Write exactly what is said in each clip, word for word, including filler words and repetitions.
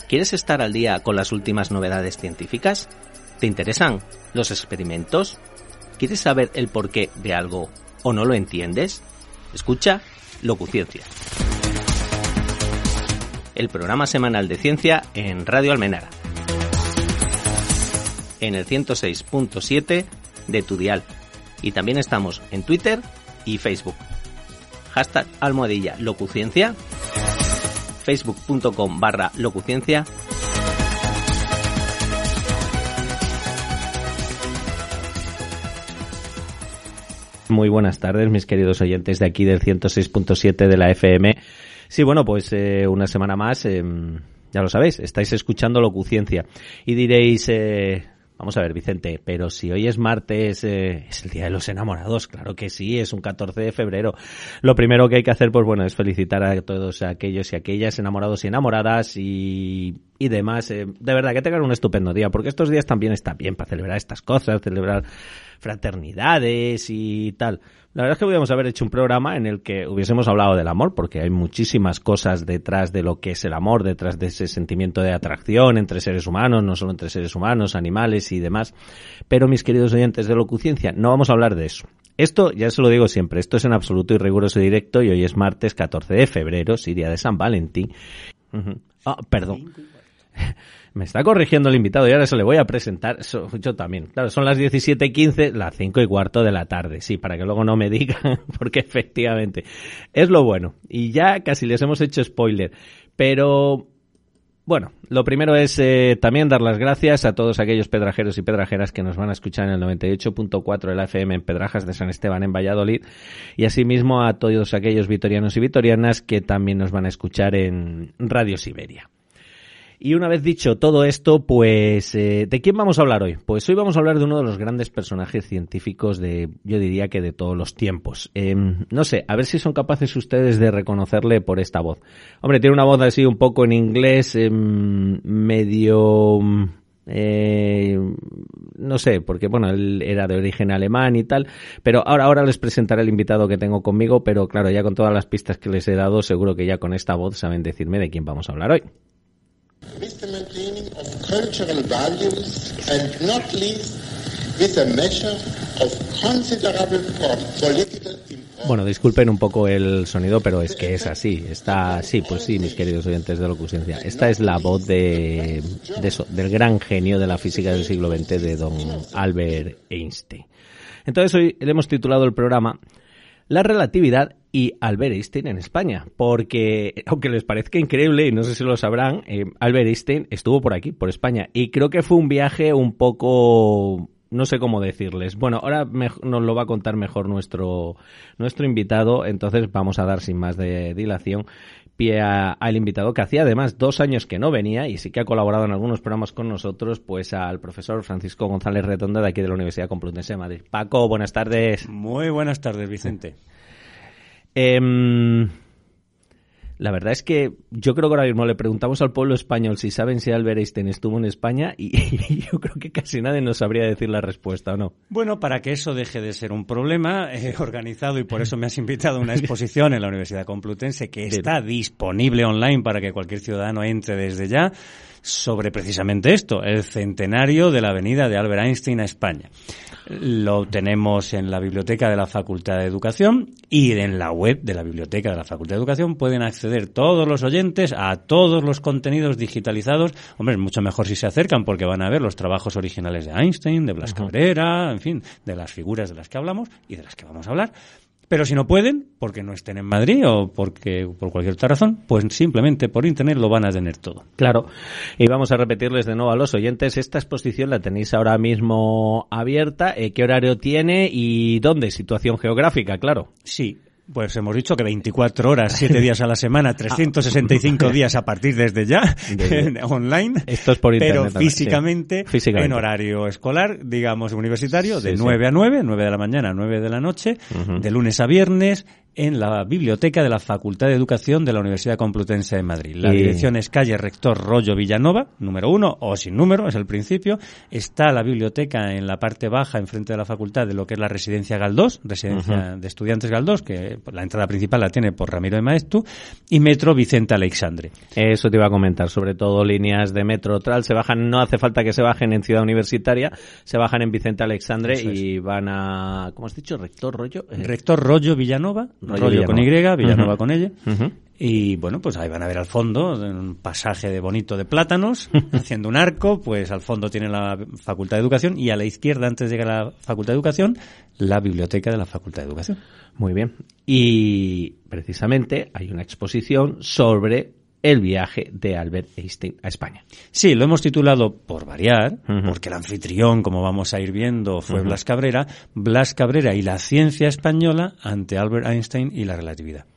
¿Quieres estar al día con las últimas novedades científicas? ¿Te interesan los experimentos? ¿Quieres saber el porqué de algo o no lo entiendes? Escucha Locuciencia, el programa semanal de ciencia en Radio Almenara, en el ciento seis punto siete de tu dial, y también estamos en Twitter y Facebook. Hashtag almohadilla Locuciencia, facebook.com barra Locuciencia. Muy buenas tardes, mis queridos oyentes de aquí del ciento seis punto siete de la F M. Sí, bueno, pues eh, una semana más, eh, ya lo sabéis, estáis escuchando Locuciencia. Y diréis, eh, vamos a ver, Vicente, pero si hoy es martes, eh, es el Día de los Enamorados. Claro que sí, es un catorce de febrero. Lo primero que hay que hacer, pues bueno, es felicitar a todos aquellos y aquellas enamorados y enamoradas y, y demás. Eh, de verdad, que tengan un estupendo día, porque estos días también están bien para celebrar estas cosas, celebrar fraternidades y tal. La verdad es que podríamos haber hecho un programa en el que hubiésemos hablado del amor, porque hay muchísimas cosas detrás de lo que es el amor, detrás de ese sentimiento de atracción entre seres humanos, no solo entre seres humanos, animales y demás. Pero, mis queridos oyentes de Locuciencia, no vamos a hablar de eso. Esto, ya se lo digo siempre, esto es en absoluto y riguroso directo, y hoy es martes catorce de febrero, sí, día de San Valentín. Uh-huh. Ah, perdón. Me está corrigiendo el invitado y ahora se le voy a presentar. So, yo también. Claro, son las diecisiete y quince, las cinco y cuarto de la tarde. Sí, para que luego no me digan, porque efectivamente es lo bueno. Y ya casi les hemos hecho spoiler. Pero, bueno, lo primero es eh, también dar las gracias a todos aquellos pedrajeros y pedrajeras que nos van a escuchar en el noventa y ocho punto cuatro de la F M en Pedrajas de San Esteban, en Valladolid. Y asimismo a todos aquellos vitorianos y vitorianas que también nos van a escuchar en Radio Siberia. Y una vez dicho todo esto, pues, eh, ¿de quién vamos a hablar hoy? Pues hoy vamos a hablar de uno de los grandes personajes científicos de, yo diría que de todos los tiempos. Eh, no sé, a ver si son capaces ustedes de reconocerle por esta voz. Hombre, tiene una voz así un poco en inglés, eh, medio, eh, no sé, porque bueno, él era de origen alemán y tal, pero ahora, ahora les presentaré el invitado que tengo conmigo, pero claro, ya con todas las pistas que les he dado, seguro que ya con esta voz saben decirme de quién vamos a hablar hoy. With the maintaining of cultural values and not least with a measure of considerable political importance. Bueno, disculpen un poco el sonido, pero es que es así. Está, sí, pues sí, mis queridos oyentes de Locuciencia. Esta es la voz de, de eso, del gran genio de la física del siglo veinte, de don Albert Einstein. Entonces hoy le hemos titulado el programa La relatividad y Albert Einstein en España, porque aunque les parezca increíble, y no sé si lo sabrán, eh, Albert Einstein estuvo por aquí, por España, y creo que fue un viaje un poco, no sé cómo decirles. Bueno, ahora me, nos lo va a contar mejor nuestro nuestro invitado, entonces vamos a dar sin más de dilación pie a, al invitado, que hacía además dos años que no venía y sí que ha colaborado en algunos programas con nosotros, pues al profesor Francisco González Retonda de aquí de la Universidad Complutense de Madrid. Paco, buenas tardes. Muy buenas tardes, Vicente. Eh, la verdad es que yo creo que ahora mismo le preguntamos al pueblo español si saben si Albert Einstein estuvo en España y, y yo creo que casi nadie nos sabría decir la respuesta, ¿o no? Bueno, para que eso deje de ser un problema, he organizado, y por eso me has invitado a una exposición en la Universidad Complutense que está disponible online para que cualquier ciudadano entre desde ya, sobre precisamente esto, el centenario de la venida de Albert Einstein a España. Lo tenemos en la biblioteca de la Facultad de Educación y en la web de la biblioteca de la Facultad de Educación pueden acceder todos los oyentes a todos los contenidos digitalizados. Hombre, es mucho mejor si se acercan porque van a ver los trabajos originales de Einstein, de Blas Cabrera, en fin, de las figuras de las que hablamos y de las que vamos a hablar. Pero si no pueden, porque no estén en Madrid o porque por cualquier otra razón, pues simplemente por internet lo van a tener todo. Claro. Y vamos a repetirles de nuevo a los oyentes, esta exposición la tenéis ahora mismo abierta. Eh, ¿Qué horario tiene y dónde? Situación geográfica, claro. Sí. Pues hemos dicho que veinticuatro horas, siete días a la semana, trescientos sesenta y cinco días a partir desde ya, de, online. Esto es por internet. Pero físicamente, sí. físicamente, en horario escolar, digamos universitario, de sí, nueve sí. a nueve, nueve de la mañana a nueve de la noche, uh-huh. de lunes a viernes, en la biblioteca de la Facultad de Educación de la Universidad Complutense de Madrid. La y... dirección es calle Rector Rollo Villanova, número uno, o sin número, es el principio. Está la biblioteca en la parte baja, enfrente de la facultad, de lo que es la residencia Galdós, residencia uh-huh. de estudiantes Galdós, que la entrada principal la tiene por Ramiro de Maeztu, y metro Vicente Aleixandre. Eso te iba a comentar, sobre todo líneas de metro tal, se bajan, no hace falta que se bajen en Ciudad Universitaria, se bajan en Vicente Aleixandre y van a, ¿cómo has dicho? Rector Rollo. Eh. Rector Rollo Villanova, Rollo, Rollo Villanova. Con Y, Villanova uh-huh. con ella. Uh-huh. Y bueno, pues ahí van a ver al fondo un pasaje de bonito de plátanos, haciendo un arco, pues al fondo tiene la Facultad de Educación y a la izquierda, antes de llegar a la Facultad de Educación, la biblioteca de la Facultad de Educación. Muy bien. Y precisamente hay una exposición sobre el viaje de Albert Einstein a España. Sí, lo hemos titulado, por variar, uh-huh. porque el anfitrión, como vamos a ir viendo, fue uh-huh. Blas Cabrera, Blas Cabrera y la ciencia española ante Albert Einstein y la relatividad.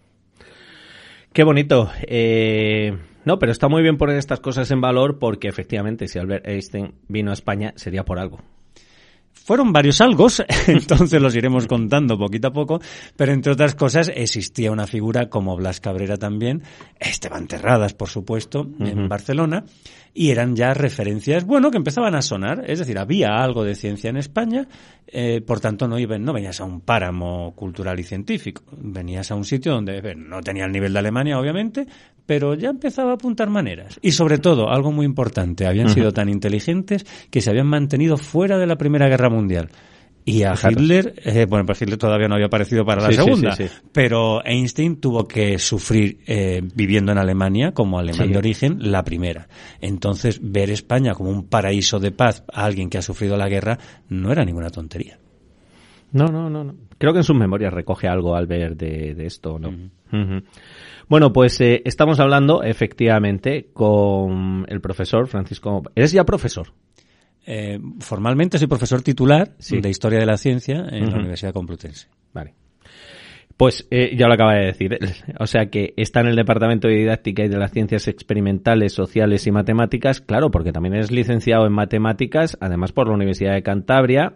Qué bonito. Eh, no, pero está muy bien poner estas cosas en valor porque efectivamente si Albert Einstein vino a España sería por algo. Fueron varios algos, entonces los iremos contando poquito a poco, pero entre otras cosas existía una figura como Blas Cabrera también, Esteban Terradas, por supuesto, uh-huh. en Barcelona, y eran ya referencias, bueno, que empezaban a sonar, es decir, había algo de ciencia en España, eh, por tanto no, iba, no venías a un páramo cultural y científico, venías a un sitio donde no tenía el nivel de Alemania, obviamente, pero ya empezaba a apuntar maneras. Y sobre todo, algo muy importante, habían uh-huh. sido tan inteligentes que se habían mantenido fuera de la Primera Guerra Mundial. Y a claro. Hitler, eh, bueno, pues Hitler todavía no había aparecido para la sí, segunda, sí, sí, sí. pero Einstein tuvo que sufrir eh, viviendo en Alemania, como alemán sí. de origen, la primera. Entonces, ver España como un paraíso de paz a alguien que ha sufrido la guerra no era ninguna tontería. No, no, no, no. Creo que en sus memorias recoge algo al ver de, de esto, ¿no? Uh-huh. Uh-huh. Bueno, pues eh, estamos hablando efectivamente con el profesor Francisco. ¿Eres ya profesor? Eh, formalmente soy profesor titular sí. de Historia de la Ciencia en uh-huh. la Universidad Complutense. Vale. Pues eh, ya lo acaba de decir. O sea que está en el Departamento de Didáctica y de las Ciencias Experimentales, Sociales y Matemáticas, claro, porque también es licenciado en Matemáticas, además por la Universidad de Cantabria.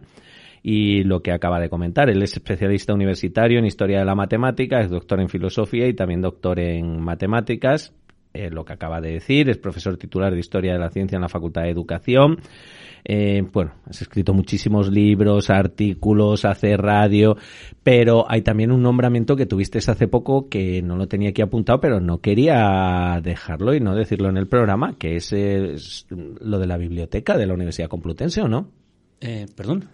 Y lo que acaba de comentar, él es especialista universitario en Historia de la Matemática, es doctor en Filosofía y también doctor en Matemáticas. Eh, lo que acaba de decir, es profesor titular de Historia de la Ciencia en la Facultad de Educación. Eh, bueno, has escrito muchísimos libros, artículos, hace radio, pero hay también un nombramiento que tuviste hace poco que no lo tenía aquí apuntado, pero no quería dejarlo y no decirlo en el programa, que es, es lo de la biblioteca de la Universidad Complutense, ¿o no? Eh, ¿Perdón?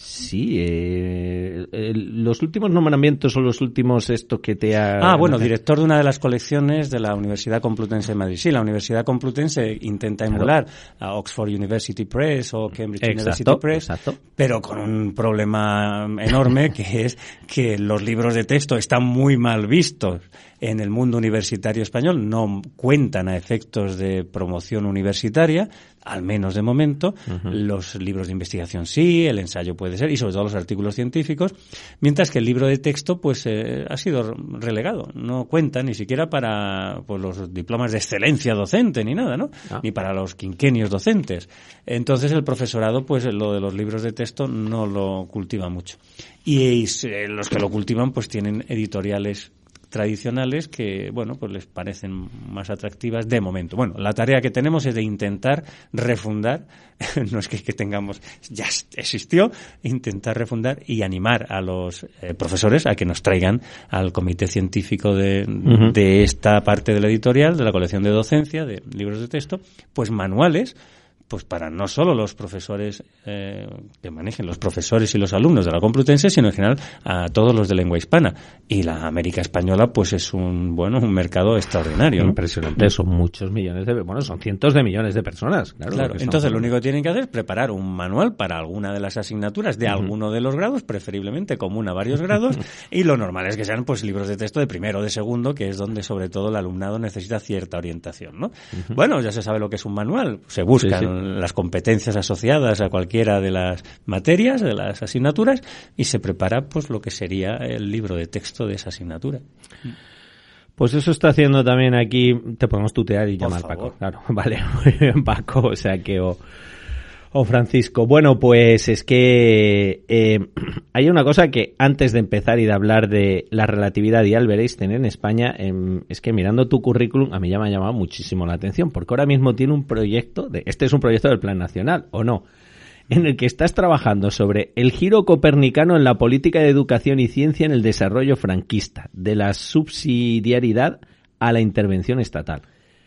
Sí, eh, eh, los últimos nombramientos o los últimos esto que te ha... Ah, bueno, director de una de las colecciones de la Universidad Complutense de Madrid. Sí, la Universidad Complutense intenta emular claro. a Oxford University Press o Cambridge exacto, University Press, exacto. pero con un problema enorme que es que los libros de texto están muy mal vistos en el mundo universitario español, no cuentan a efectos de promoción universitaria, al menos de momento. Uh-huh. Los libros de investigación sí, el ensayo puede ser, y sobre todo los artículos científicos, mientras que el libro de texto pues eh, ha sido relegado, no cuenta ni siquiera para pues, los diplomas de excelencia docente ni nada, ¿no? Ah. Ni para los quinquenios docentes. Entonces el profesorado pues lo de los libros de texto no lo cultiva mucho. Y, y eh, los que lo cultivan pues tienen editoriales tradicionales que, bueno, pues les parecen más atractivas de momento. Bueno, la tarea que tenemos es de intentar refundar, no es que, que tengamos, ya existió, intentar refundar y animar a los eh, profesores a que nos traigan al comité científico de, uh-huh. de esta parte de la editorial, de la colección de docencia, de libros de texto, pues manuales, pues para no solo los profesores eh, que manejen los profesores y los alumnos de la Complutense, sino en general a todos los de lengua hispana. Y la América española pues es un bueno un mercado extraordinario, ¿no? Impresionante, son muchos millones de bueno son cientos de millones de personas. Claro, claro. Lo entonces son... lo único que tienen que hacer es preparar un manual para alguna de las asignaturas de uh-huh. alguno de los grados, preferiblemente común a varios grados, y lo normal es que sean pues libros de texto de primero o de segundo, que es donde sobre todo el alumnado necesita cierta orientación, ¿no? Uh-huh. Bueno, ya se sabe lo que es un manual, se buscan sí, sí. las competencias asociadas a cualquiera de las materias, de las asignaturas, y se prepara pues lo que sería el libro de texto de esa asignatura. Pues eso está haciendo también aquí, te podemos tutear y llamar Paco. Claro, vale, muy bien, Paco, o sea que o, o Francisco. Bueno, pues es que eh, hay una cosa que antes de empezar y de hablar de la relatividad y Albert Einstein en España, eh, es que mirando tu currículum a mí ya me ha llamado muchísimo la atención, porque ahora mismo tiene un proyecto, de, este es un proyecto del Plan Nacional, ¿o no?, en el que estás trabajando sobre el giro copernicano en la política de educación y ciencia en el desarrollo franquista, de la subsidiariedad a la intervención estatal.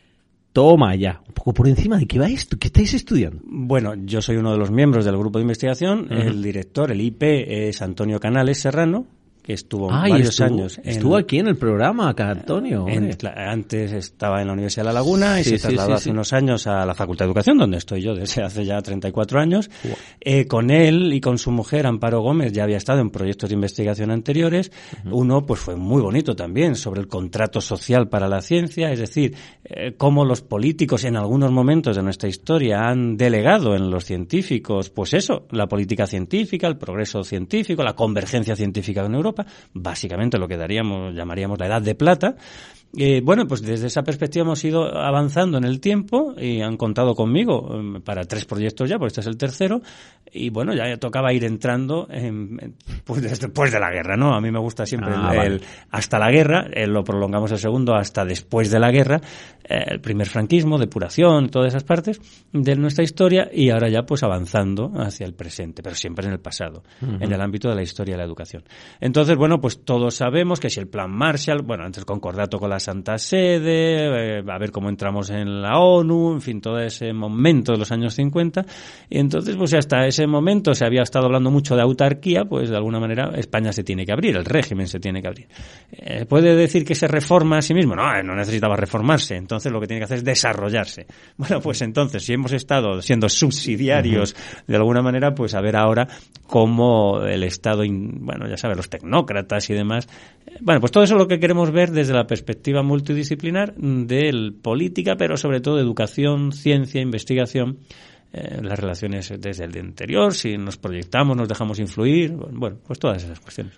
Toma ya, un poco por encima de qué va esto, ¿qué estáis estudiando? Bueno, yo soy uno de los miembros del grupo de investigación, uh-huh. El director, el I P, es Antonio Canales Serrano, que estuvo Ay, varios estuvo, años. En, estuvo aquí en el programa, acá Antonio. En, antes estaba en la Universidad de La Laguna y sí, se trasladó sí, sí, hace sí. unos años a la Facultad de Educación, donde estoy yo desde hace ya treinta y cuatro años. Wow. Eh, con él y con su mujer, Amparo Gómez, ya había estado en proyectos de investigación anteriores. Uh-huh. Uno, pues fue muy bonito también, sobre el contrato social para la ciencia, es decir, eh, cómo los políticos en algunos momentos de nuestra historia han delegado en los científicos, pues eso, la política científica, el progreso científico, la convergencia científica en Europa, básicamente lo que daríamos, llamaríamos la edad de plata. Eh, bueno, pues desde esa perspectiva hemos ido avanzando en el tiempo y han contado conmigo um, para tres proyectos ya, porque este es el tercero, y bueno, ya tocaba ir entrando en, en, pues después de la guerra, ¿no? A mí me gusta siempre ah, el, vale. el hasta la guerra, eh, lo prolongamos el segundo hasta después de la guerra, eh, el primer franquismo, depuración, todas esas partes de nuestra historia, y ahora ya pues avanzando hacia el presente, pero siempre en el pasado, uh-huh. en el ámbito de la historia de la educación. Entonces, bueno, pues todos sabemos que si el plan Marshall, bueno, antes el concordato con la Santa Sede, eh, a ver cómo entramos en la ONU, en fin, todo ese momento de los años cincuenta, y entonces pues hasta ese momento se había estado hablando mucho de autarquía, pues de alguna manera España se tiene que abrir, el régimen se tiene que abrir. Eh, ¿Puede decir que se reforma a sí mismo? No, no necesitaba reformarse, entonces lo que tiene que hacer es desarrollarse. Bueno, pues entonces, si hemos estado siendo subsidiarios uh-huh. de alguna manera, pues a ver ahora cómo el Estado, in, bueno, ya sabes, los tecnócratas y demás, eh, bueno, pues todo eso es lo que queremos ver desde la perspectiva multidisciplinar de política, pero sobre todo de educación, ciencia, investigación, eh, las relaciones desde el interior, si nos proyectamos, nos dejamos influir, bueno, pues todas esas cuestiones.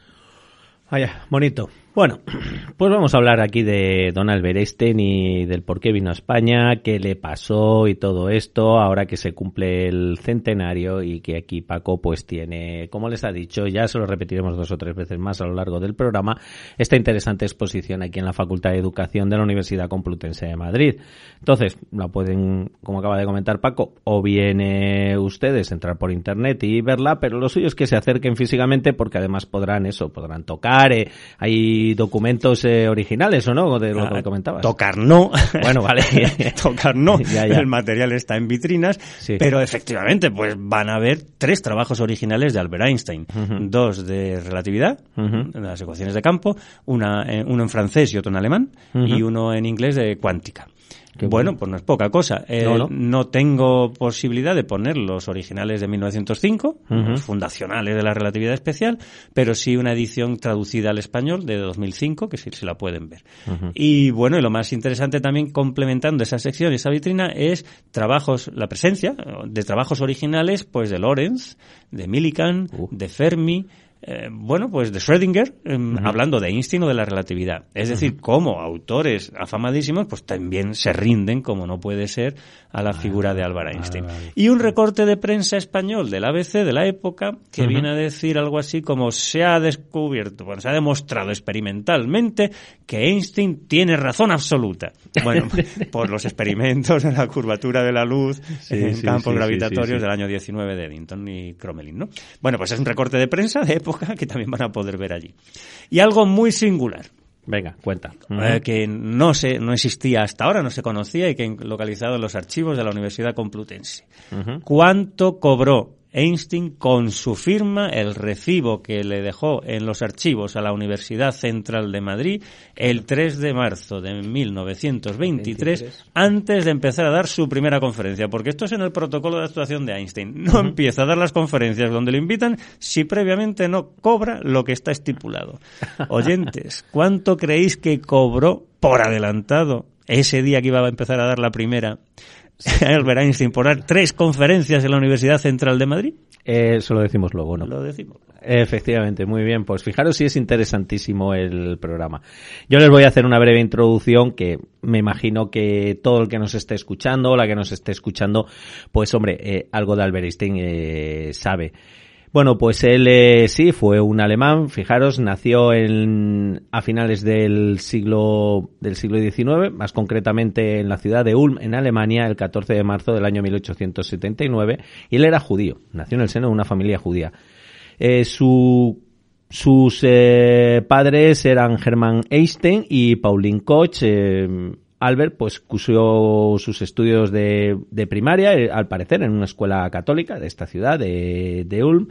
Vaya, bonito. Bueno, pues vamos a hablar aquí de don Albert Einstein y del por qué vino a España, qué le pasó y todo esto, ahora que se cumple el centenario y que aquí Paco pues tiene, como les ha dicho, ya se lo repetiremos dos o tres veces más a lo largo del programa, esta interesante exposición aquí en la Facultad de Educación de la Universidad Complutense de Madrid. Entonces, la pueden, como acaba de comentar Paco, o bien eh, ustedes entrar por internet y verla, pero lo suyo es que se acerquen físicamente porque además podrán eso, podrán tocar, eh, hay documentos eh, originales, ¿o no? De lo que comentabas. Tocar no. Bueno, vale. Tocar no. Ya, ya. El material está en vitrinas, sí. Pero efectivamente, pues van a ver tres trabajos originales de Albert Einstein. Uh-huh. Dos de relatividad, uh-huh. las ecuaciones de campo, una, eh, uno en francés y otro en alemán, uh-huh. y uno en inglés de cuántica. Qué bueno, bueno, pues no es poca cosa. Eh, no, no. no tengo posibilidad de poner los originales de mil novecientos cinco, uh-huh. los fundacionales de la relatividad especial, pero sí una edición traducida al español de dos mil cinco, que sí se la pueden ver. Uh-huh. Y bueno, y lo más interesante también, complementando esa sección y esa vitrina, es trabajos, la presencia de trabajos originales, pues de Lorentz, de Millikan, uh. de Fermi, Eh, bueno, pues de Schrödinger, eh, uh-huh. hablando de Einstein o de la relatividad. Es decir, uh-huh. como autores afamadísimos, pues también se rinden, como no puede ser, a la ah, figura de Albert Einstein. Ah, y un recorte de prensa español del A B C de la época que uh-huh. viene a decir algo así como se ha descubierto, bueno, se ha demostrado experimentalmente que Einstein tiene razón absoluta. Bueno, por los experimentos en la curvatura de la luz sí, en sí, campos sí, gravitatorios sí, sí, sí. del año diecinueve de Eddington y Crommelin, ¿no? Bueno, pues es un recorte de prensa de época que también van a poder ver allí. Y algo muy singular. Venga, cuenta. Eh, que no se, no existía hasta ahora, no se conocía y que localizado en los archivos de la Universidad Complutense. Uh-huh. ¿Cuánto cobró Einstein con su firma el recibo que le dejó en los archivos a la Universidad Central de Madrid el tres de marzo de mil novecientos veintitrés, veintitrés. Antes de empezar a dar su primera conferencia? Porque esto es en el protocolo de actuación de Einstein. No uh-huh. empieza a dar las conferencias donde le invitan si previamente no cobra lo que está estipulado. Oyentes, ¿cuánto creéis que cobró por adelantado ese día que iba a empezar a dar la primera Albert Einstein por dar tres conferencias en la Universidad Central de Madrid? Eh, eso lo decimos luego, ¿no? Lo decimos. Efectivamente, muy bien. Pues fijaros si es interesantísimo el programa. Yo les voy a hacer una breve introducción que me imagino que todo el que nos esté escuchando o la que nos esté escuchando, pues hombre, eh, algo de Albert Einstein eh, sabe. Bueno, pues él eh, sí fue un alemán, fijaros, nació en, a finales del siglo del siglo diecinueve, más concretamente en la ciudad de Ulm, en Alemania, el catorce de marzo del año mil ochocientos setenta y nueve, y él era judío, nació en el seno de una familia judía. Eh, su, sus eh, padres eran Hermann Einstein y Pauline Koch. eh, Albert pues cursó sus estudios de, de primaria, eh, al parecer en una escuela católica de esta ciudad, de, de Ulm.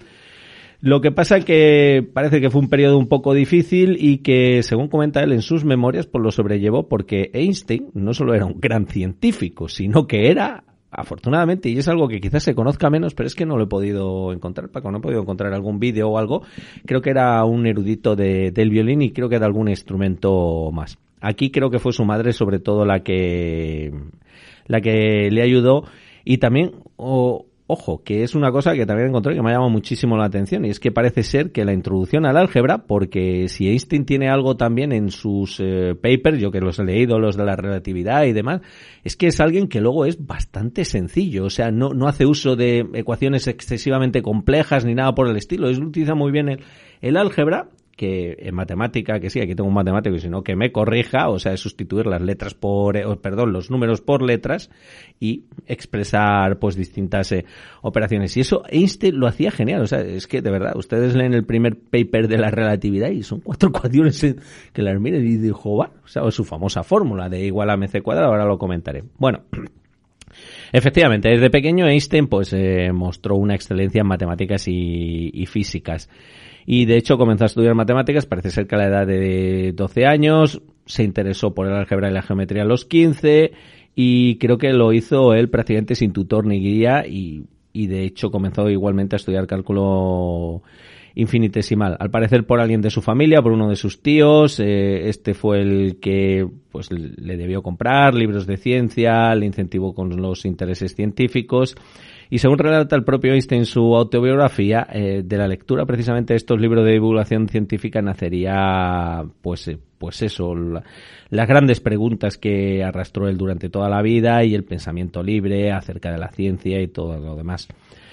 Lo que pasa que parece que fue un periodo un poco difícil y que, según comenta él en sus memorias, pues lo sobrellevó porque Einstein no solo era un gran científico, sino que era, afortunadamente, y es algo que quizás se conozca menos, pero es que no lo he podido encontrar, Paco, no he podido encontrar algún vídeo o algo. Creo que era un erudito de, del violín y creo que de algún instrumento más. Aquí creo que fue su madre sobre todo la que la que le ayudó y también, oh, ojo, que es una cosa que también encontré que me ha llamado muchísimo la atención y es que parece ser que la introducción al álgebra, porque si Einstein tiene algo también en sus eh, papers, yo que los he leído, los de la relatividad y demás, es que es alguien que luego es bastante sencillo, o sea, no, no hace uso de ecuaciones excesivamente complejas ni nada por el estilo, él utiliza muy bien el, el álgebra, que en matemática, que sí, aquí tengo un matemático, sino que me corrija, o sea, es sustituir las letras por, eh, perdón, los números por letras y expresar, pues, distintas eh, operaciones. Y eso Einstein lo hacía genial, o sea, es que, de verdad, ustedes leen el primer paper de la relatividad y son cuatro ecuaciones eh, que las miren y dijo, va, o sea, su famosa fórmula de igual a mc cuadrado, ahora lo comentaré. Bueno, efectivamente, desde pequeño Einstein, pues, eh, mostró una excelencia en matemáticas y, y físicas. Y de hecho comenzó a estudiar matemáticas, parece ser que a la edad de doce años, se interesó por el álgebra y la geometría a los quince y creo que lo hizo él prácticamente sin tutor ni guía y, y de hecho comenzó igualmente a estudiar cálculo infinitesimal. Al parecer por alguien de su familia, por uno de sus tíos, eh, este fue el que pues le debió comprar libros de ciencia, le incentivó con los intereses científicos. Y según relata el propio Einstein en su autobiografía, eh, de la lectura precisamente de estos libros de divulgación científica nacería, pues, eh, pues eso, la, las grandes preguntas que arrastró él durante toda la vida y el pensamiento libre acerca de la ciencia y todo lo demás.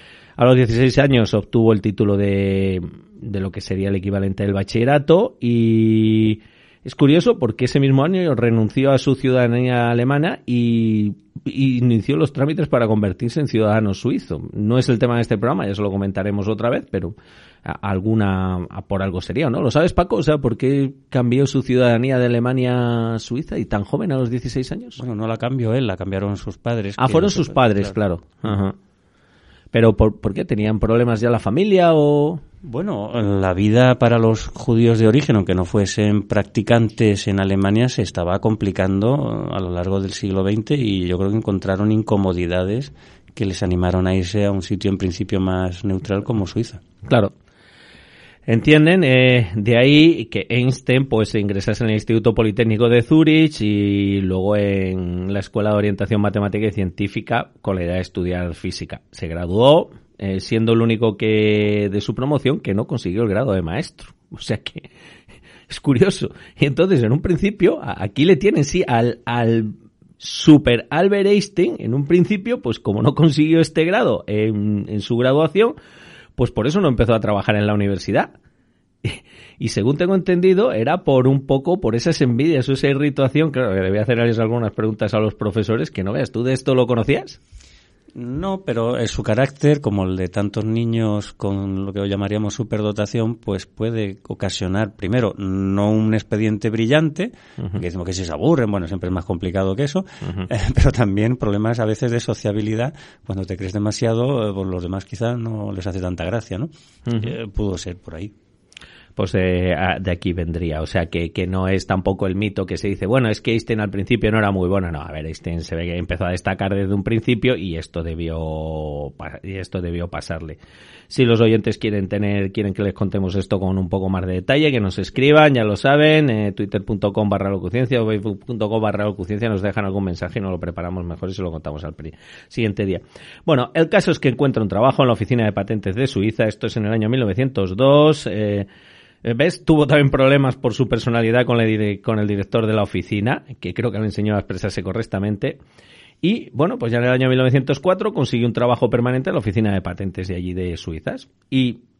A los dieciséis años obtuvo el título de, de lo que sería el equivalente del bachillerato y es curioso porque ese mismo año renunció a su ciudadanía alemana y, y inició los trámites para convertirse en ciudadano suizo. No es el tema de este programa, ya se lo comentaremos otra vez, pero a, alguna a, por algo sería, ¿no? ¿Lo sabes, Paco? O sea, ¿por qué cambió su ciudadanía de Alemania a Suiza y tan joven a los dieciséis años? Bueno, no la cambió él, la cambiaron sus padres. Ah, fueron sus padres, claro. claro. Ajá. ¿Pero por, por qué? ¿Tenían problemas ya la familia o...? Bueno, la vida para los judíos de origen, aunque no fuesen practicantes en Alemania, se estaba complicando a lo largo del siglo veinte y yo creo que encontraron incomodidades que les animaron a irse a un sitio en principio más neutral como Suiza. Claro. Entienden, eh, de ahí que Einstein pues ingresase en el Instituto Politécnico de Zúrich y luego en la Escuela de Orientación Matemática y Científica con la idea de estudiar física. Se graduó, eh, siendo el único que de su promoción que no consiguió el grado de maestro. O sea que es curioso. Y entonces, en un principio, aquí le tienen, sí, al, al super Albert Einstein, en un principio, pues como no consiguió este grado en, en su graduación, pues por eso no empezó a trabajar en la universidad. Y según tengo entendido, era por un poco, por esas envidias o esa irritación. Claro, que debía hacerles algunas preguntas a los profesores, que no veas, ¿tú de esto lo conocías? No, pero en su carácter, como el de tantos niños con lo que llamaríamos superdotación, pues puede ocasionar, primero, no un expediente brillante, uh-huh. que decimos que si se aburren, bueno, siempre es más complicado que eso, uh-huh. eh, pero también problemas a veces de sociabilidad, cuando te crees demasiado, eh, pues los demás quizás no les hace tanta gracia, ¿no? Uh-huh. Eh, pudo ser por ahí. Pues de, de aquí vendría, o sea que, que no es tampoco el mito que se dice, bueno, es que Einstein al principio no era muy bueno. No, a ver, Einstein se ve que empezó a destacar desde un principio y esto debió y esto debió pasarle. Si los oyentes quieren tener, quieren que les contemos esto con un poco más de detalle, que nos escriban, ya lo saben, eh, twitter.com barra locuciencia o facebook.com barra locuciencia, nos dejan algún mensaje y nos lo preparamos mejor y se lo contamos al pri- siguiente día. Bueno, el caso es que encuentra un trabajo en la Oficina de Patentes de Suiza, esto es en el año mil novecientos dos, eh, ¿ves? Tuvo también problemas por su personalidad con, la, con el director de la oficina, que creo que le enseñó a expresarse correctamente. Y, bueno, pues ya en el año mil novecientos cuatro consiguió un trabajo permanente en la Oficina de Patentes de allí de Suizas. Y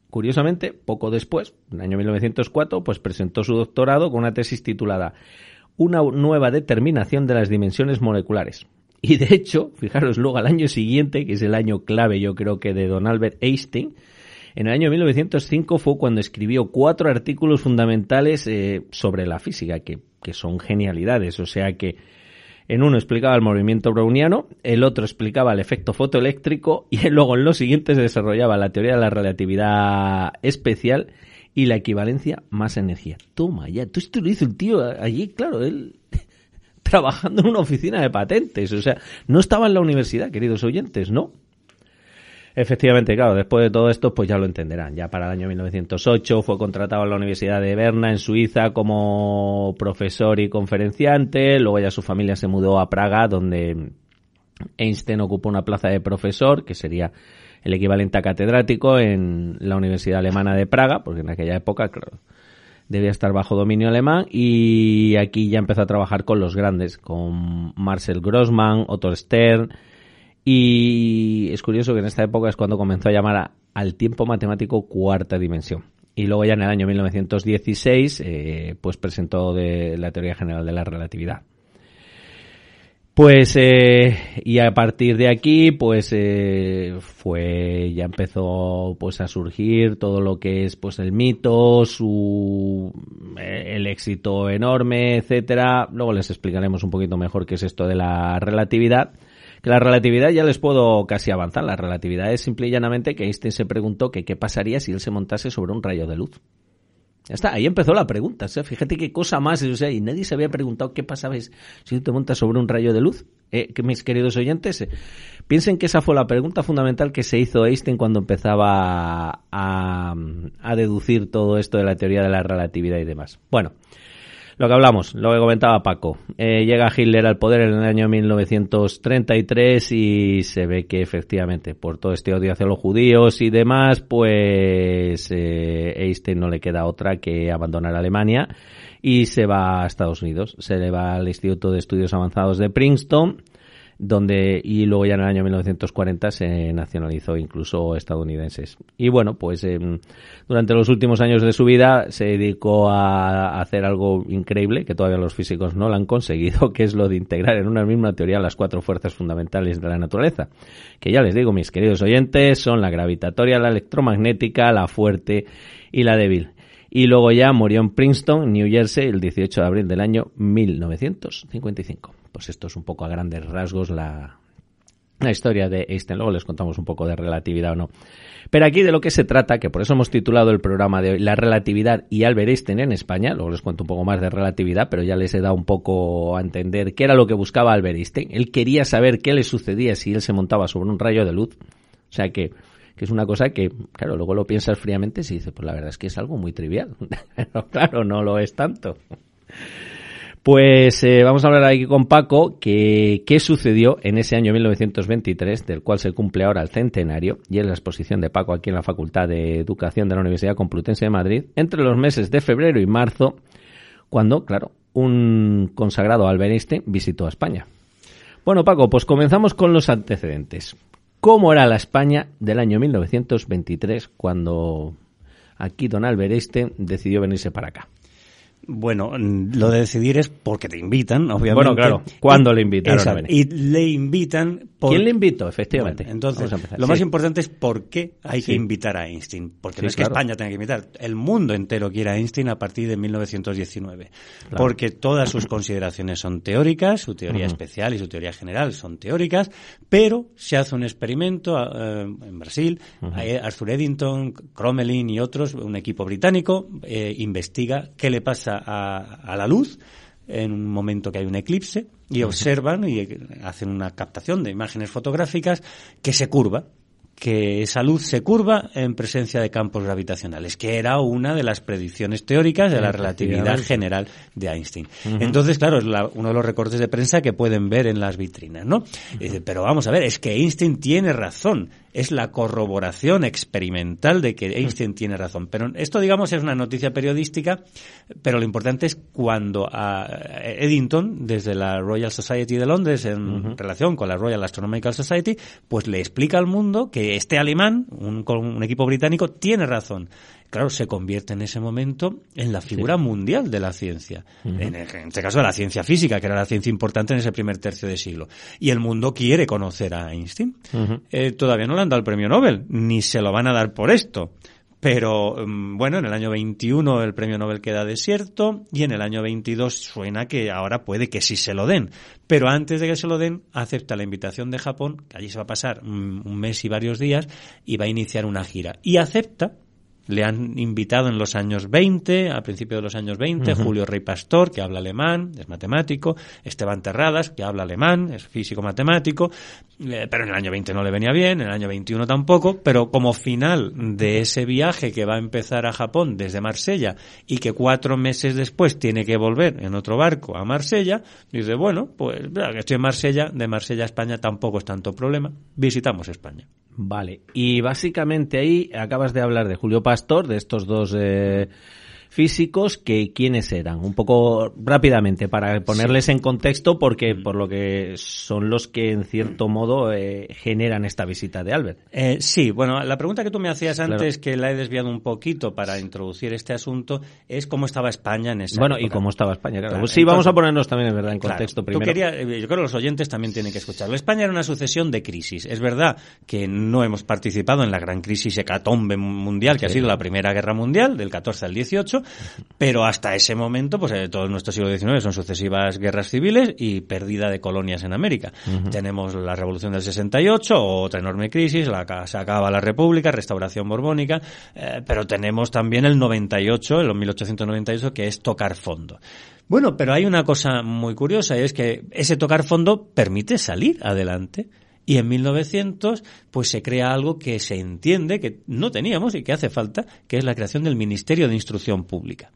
curiosamente, poco después, en el año mil novecientos cuatro, pues presentó su doctorado con una tesis titulada Una nueva determinación de las dimensiones moleculares. Y de hecho, fijaros, luego al año siguiente, que es el año clave yo creo que de don Albert Einstein, en el año mil novecientos cinco fue cuando escribió cuatro artículos fundamentales eh, sobre la física, que, que son genialidades. O sea que en uno explicaba el movimiento browniano, el otro explicaba el efecto fotoeléctrico y luego en los siguientes desarrollaba la teoría de la relatividad especial y la equivalencia masa-energía. Toma ya, tú esto lo hizo el tío allí, claro, él trabajando en una oficina de patentes. O sea, no estaba en la universidad, queridos oyentes, ¿no? Efectivamente, claro, después de todo esto, pues ya lo entenderán. Ya para el año mil novecientos ocho fue contratado en la Universidad de Berna, en Suiza, como profesor y conferenciante. Luego ya su familia se mudó a Praga, donde Einstein ocupó una plaza de profesor, que sería el equivalente a catedrático en la Universidad Alemana de Praga, porque en aquella época, claro, debía estar bajo dominio alemán, y aquí ya empezó a trabajar con los grandes, con Marcel Grossmann, Otto Stern. Y es curioso que en esta época es cuando comenzó a llamar a, al tiempo matemático cuarta dimensión. Y luego ya en el año mil novecientos dieciséis eh, pues presentó de la teoría general de la relatividad. Pues eh, y a partir de aquí pues eh, fue ya empezó pues a surgir todo lo que es pues el mito, su eh, el éxito enorme, etcétera. Luego les explicaremos un poquito mejor qué es esto de la relatividad. Que la relatividad ya les puedo casi avanzar. La relatividad es simple y llanamente que Einstein se preguntó que qué pasaría si él se montase sobre un rayo de luz. Ya está, ahí empezó la pregunta, ¿sí? Fíjate qué cosa más, o sea, y nadie se había preguntado qué pasaba si te montas sobre un rayo de luz. Eh, que mis queridos oyentes, eh, piensen que esa fue la pregunta fundamental que se hizo Einstein cuando empezaba a, a deducir todo esto de la teoría de la relatividad y demás. Bueno, lo que hablamos, lo que comentaba Paco, eh, llega Hitler al poder en el año mil novecientos treinta y tres y se ve que efectivamente por todo este odio hacia los judíos y demás, pues eh, Einstein no le queda otra que abandonar Alemania y se va a Estados Unidos, se le va al Instituto de Estudios Avanzados de Princeton, donde y luego ya en el año mil novecientos cuarenta se nacionalizó incluso estadounidenses. Y bueno, pues eh, durante los últimos años de su vida se dedicó a hacer algo increíble que todavía los físicos no lo han conseguido, que es lo de integrar en una misma teoría las cuatro fuerzas fundamentales de la naturaleza, que ya les digo, mis queridos oyentes, son la gravitatoria, la electromagnética, la fuerte y la débil. Y luego ya murió en Princeton, New Jersey, el dieciocho de abril del año mil novecientos cincuenta y cinco. Pues esto es un poco a grandes rasgos la, la historia de Einstein. Luego les contamos un poco de relatividad o no. Pero aquí de lo que se trata, que por eso hemos titulado el programa de hoy, La relatividad y Albert Einstein en España. Luego les cuento un poco más de relatividad, pero ya les he dado un poco a entender qué era lo que buscaba Albert Einstein. Él quería saber qué le sucedía si él se montaba sobre un rayo de luz. O sea que... que es una cosa que, claro, luego lo piensas fríamente y se dice, pues la verdad es que es algo muy trivial. Pero claro, no lo es tanto. Pues eh, vamos a hablar aquí con Paco, que qué sucedió en ese año mil novecientos veintitrés, del cual se cumple ahora el centenario, y es la exposición de Paco aquí en la Facultad de Educación de la Universidad Complutense de Madrid, entre los meses de febrero y marzo, cuando, claro, un consagrado Albert Einstein visitó a España. Bueno, Paco, pues comenzamos con los antecedentes. ¿Cómo era la España del año mil novecientos veintitrés cuando aquí don Albert Einstein decidió venirse para acá? Bueno, lo de decidir es porque te invitan, obviamente. Bueno, claro, ¿cuándo le invitaron Exacto, a venir? Y le invitan... Por... ¿Quién le invitó? Efectivamente. Bueno, entonces, lo sí. más importante es por qué hay sí. que invitar a Einstein. Porque sí, no es claro. que España tenga que invitar, el mundo entero quiere a Einstein a partir de mil novecientos diecinueve. Claro. Porque todas sus consideraciones son teóricas, su teoría uh-huh. especial y su teoría general son teóricas, pero se hace un experimento uh, en Brasil, uh-huh. Arthur Eddington, Crommelin y otros, un equipo británico, eh, investiga qué le pasa a, a la luz en un momento que hay un eclipse y observan y hacen una captación de imágenes fotográficas que se curva, que esa luz se curva en presencia de campos gravitacionales, que era una de las predicciones teóricas de la relatividad general de Einstein. Uh-huh. Entonces, claro, es la, uno de los recortes de prensa que pueden ver en las vitrinas, ¿no? Uh-huh. Eh, pero vamos a ver, es que Einstein tiene razón. Es la corroboración experimental de que Einstein tiene razón. Pero esto, digamos, es una noticia periodística, pero lo importante es cuando a Eddington, desde la Royal Society de Londres, en uh-huh. relación con la Royal Astronomical Society, pues le explica al mundo que que este alemán, un, un equipo británico, tiene razón. Claro, se convierte en ese momento en la figura sí. mundial de la ciencia. Uh-huh. En, el, en este caso de la ciencia física, que era la ciencia importante en ese primer tercio de siglo. Y el mundo quiere conocer a Einstein. Uh-huh. Eh, todavía no le han dado el premio Nobel, ni se lo van a dar por esto. Pero, bueno, en el año veintiuno el premio Nobel queda desierto y en el año veintidós suena que ahora puede que sí se lo den. Pero antes de que se lo den, acepta la invitación de Japón, que allí se va a pasar un, un mes y varios días, y va a iniciar una gira. Y acepta. Le han invitado en los años veinte, a principios de los años veinte, uh-huh. Julio Rey Pastor, que habla alemán, es matemático, Esteban Terradas, que habla alemán, es físico-matemático, eh, pero en el año veinte no le venía bien, en el año veintiuno tampoco, pero como final de ese viaje que va a empezar a Japón desde Marsella y que cuatro meses después tiene que volver en otro barco a Marsella, dice, bueno, pues ya que estoy en Marsella, de Marsella a España tampoco es tanto problema, visitamos España. Vale, y básicamente ahí acabas de hablar de Julio Pastor, de estos dos eh, físicos, que ¿quiénes eran? Un poco rápidamente, para ponerles sí. en contexto, porque por lo que son los que en cierto modo eh, generan esta visita de Albert. Eh, sí, bueno, la pregunta que tú me hacías antes, claro. que la he desviado un poquito para introducir este asunto, es cómo estaba España en esa Bueno, época. y cómo estaba España, claro. claro. Pues sí, Entonces, vamos a ponernos también, en verdad, en contexto claro, primero. Tú quería, yo creo que los oyentes también tienen que escucharlo. España era una sucesión de crisis. Es verdad que no hemos participado en la gran crisis hecatombe mundial, que sí. ha sido la Primera Guerra Mundial, del catorce al dieciocho, pero hasta ese momento, pues eh, todo nuestro siglo diecinueve son sucesivas guerras civiles y pérdida de colonias en América. Uh-huh. Tenemos la Revolución del sesenta y ocho, otra enorme crisis, la, se acaba la República, restauración borbónica, eh, pero tenemos también el noventa y ocho, el mil ochocientos noventa y ocho, que es tocar fondo. Bueno, pero hay una cosa muy curiosa, y es que ese tocar fondo permite salir adelante. Y en mil novecientos, pues se crea algo que se entiende que no teníamos y que hace falta, que es la creación del Ministerio de Instrucción Pública.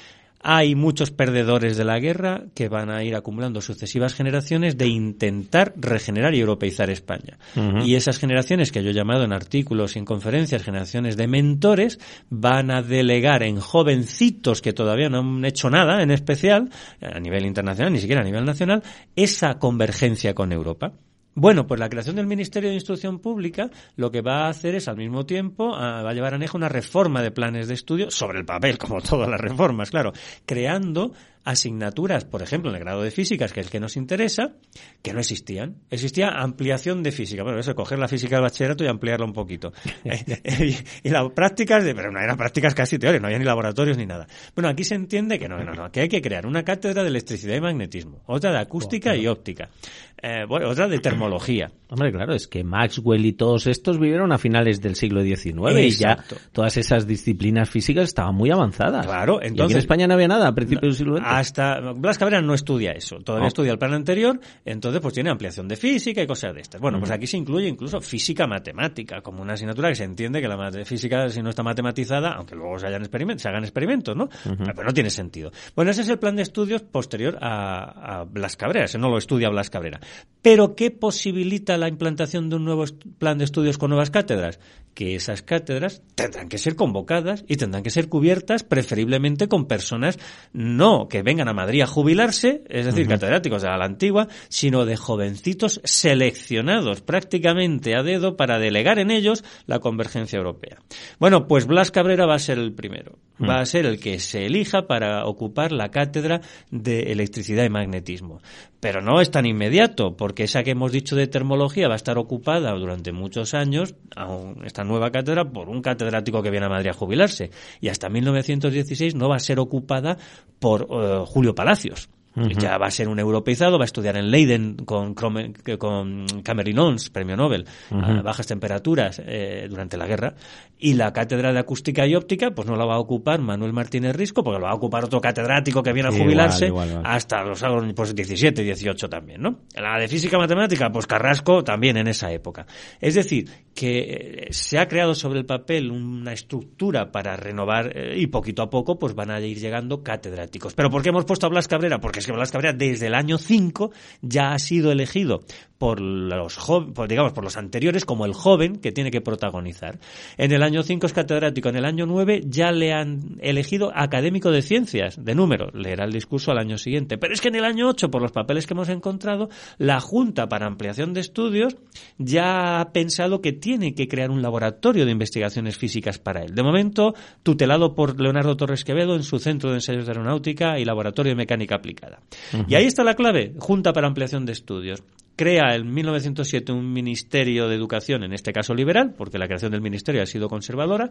Hay muchos perdedores de la guerra que van a ir acumulando sucesivas generaciones de intentar regenerar y europeizar España. Uh-huh. Y esas generaciones, que yo he llamado en artículos y en conferencias generaciones de mentores, van a delegar en jovencitos que todavía no han hecho nada en especial, a nivel internacional, ni siquiera a nivel nacional, esa convergencia con Europa. Bueno, pues la creación del Ministerio de Instrucción Pública lo que va a hacer es, al mismo tiempo, a, va a llevar anejo una reforma de planes de estudio sobre el papel, como todas las reformas, claro, creando asignaturas, por ejemplo, en el grado de físicas, que es el que nos interesa, que no existían. Existía ampliación de física. Bueno, eso, coger la física del bachillerato y ampliarla un poquito. y, y las prácticas, de, pero no eran prácticas casi teóricas, no había ni laboratorios ni nada. Bueno, aquí se entiende que no, no, no, que hay que crear una cátedra de electricidad y magnetismo, otra de acústica oh, claro. y óptica, eh, bueno, otra de termología. Hombre, claro, es que Maxwell y todos estos vivieron a finales del siglo diecinueve. Exacto. Y ya todas esas disciplinas físicas estaban muy avanzadas. Claro, entonces... Y aquí en España no había nada a principios no, del siglo veinte. Hasta Blas Cabrera no estudia eso, todavía oh. estudia el plan anterior, entonces pues tiene ampliación de física y cosas de estas. Bueno, mm. pues aquí se incluye incluso física matemática, como una asignatura que se entiende que la física, si no está matematizada, aunque luego se hagan experimentos, se hagan experimentos, ¿no? Uh-huh. Pero no tiene sentido. Bueno, ese es el plan de estudios posterior a, a Blas Cabrera, ese no lo estudia Blas Cabrera. Pero ¿qué posibilita la implantación de un nuevo plan de estudios con nuevas cátedras? Que esas cátedras tendrán que ser convocadas y tendrán que ser cubiertas preferiblemente con personas no que vengan a Madrid a jubilarse, es decir, uh-huh. catedráticos de la antigua, sino de jovencitos seleccionados prácticamente a dedo para delegar en ellos la convergencia europea. Bueno, pues Blas Cabrera va a ser el primero. Uh-huh. Va a ser el que se elija para ocupar la cátedra de electricidad y magnetismo. Pero no es tan inmediato, porque esa que hemos dicho de termología va a estar ocupada durante muchos años, aún esta nueva cátedra, por un catedrático que viene a Madrid a jubilarse. Y hasta mil novecientos dieciséis no va a ser ocupada por uh, Julio Palacios. Uh-huh. Ya va a ser un europeizado, va a estudiar en Leiden con, con Cameron Ons, premio Nobel, uh-huh. a bajas temperaturas eh, durante la guerra, y la cátedra de acústica y óptica pues no la va a ocupar Manuel Martínez Risco, porque lo va a ocupar otro catedrático que viene a jubilarse igual, igual, igual. hasta los años pues, diecisiete, dieciocho también, ¿no? La de física matemática, pues Carrasco también en esa época. Es decir, que se ha creado sobre el papel una estructura para renovar eh, y poquito a poco pues van a ir llegando catedráticos. ¿Pero por qué hemos puesto a Blas Cabrera? Porque es que Blas Cabrera desde el año cinco ya ha sido elegido por los jo- por, digamos por los anteriores como el joven que tiene que protagonizar. En el año cinco es catedrático, en el año nueve ya le han elegido académico de ciencias, de número, leerá el discurso al año siguiente. Pero es que en el año ocho, por los papeles que hemos encontrado, la Junta para Ampliación de Estudios ya ha pensado que tiene que crear un laboratorio de investigaciones físicas para él. De momento, tutelado por Leonardo Torres Quevedo en su Centro de Ensayos de Aeronáutica y Laboratorio de Mecánica Aplicada. Uh-huh. Y ahí está la clave, Junta para Ampliación de Estudios. Crea en mil novecientos siete un Ministerio de Educación, en este caso liberal, porque la creación del ministerio ha sido conservadora,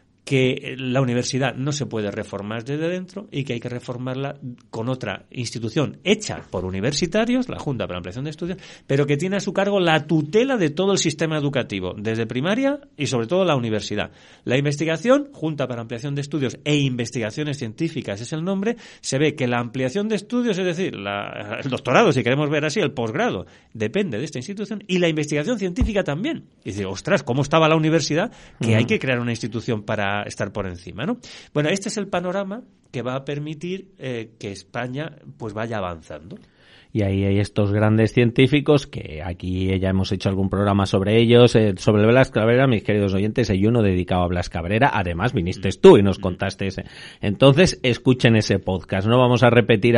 que la universidad no se puede reformar desde dentro y que hay que reformarla con otra institución hecha por universitarios, la Junta para Ampliación de Estudios, pero que tiene a su cargo la tutela de todo el sistema educativo, desde primaria y sobre todo la universidad. La investigación, Junta para Ampliación de Estudios e Investigaciones Científicas es el nombre, se ve que la ampliación de estudios, es decir, la, el doctorado, si queremos ver así, el posgrado, depende de esta institución, y la investigación científica también. Y dice, ostras, ¿cómo estaba la universidad? Que uh-huh. hay que crear una institución para estar por encima, ¿no? Bueno, este es el panorama que va a permitir eh, que España pues vaya avanzando. Y ahí hay estos grandes científicos que aquí ya hemos hecho algún programa sobre ellos, eh, sobre Blas Cabrera, mis queridos oyentes, hay uno dedicado a Blas Cabrera, además viniste tú y nos contaste ese. Entonces, escuchen ese podcast, no vamos a repetir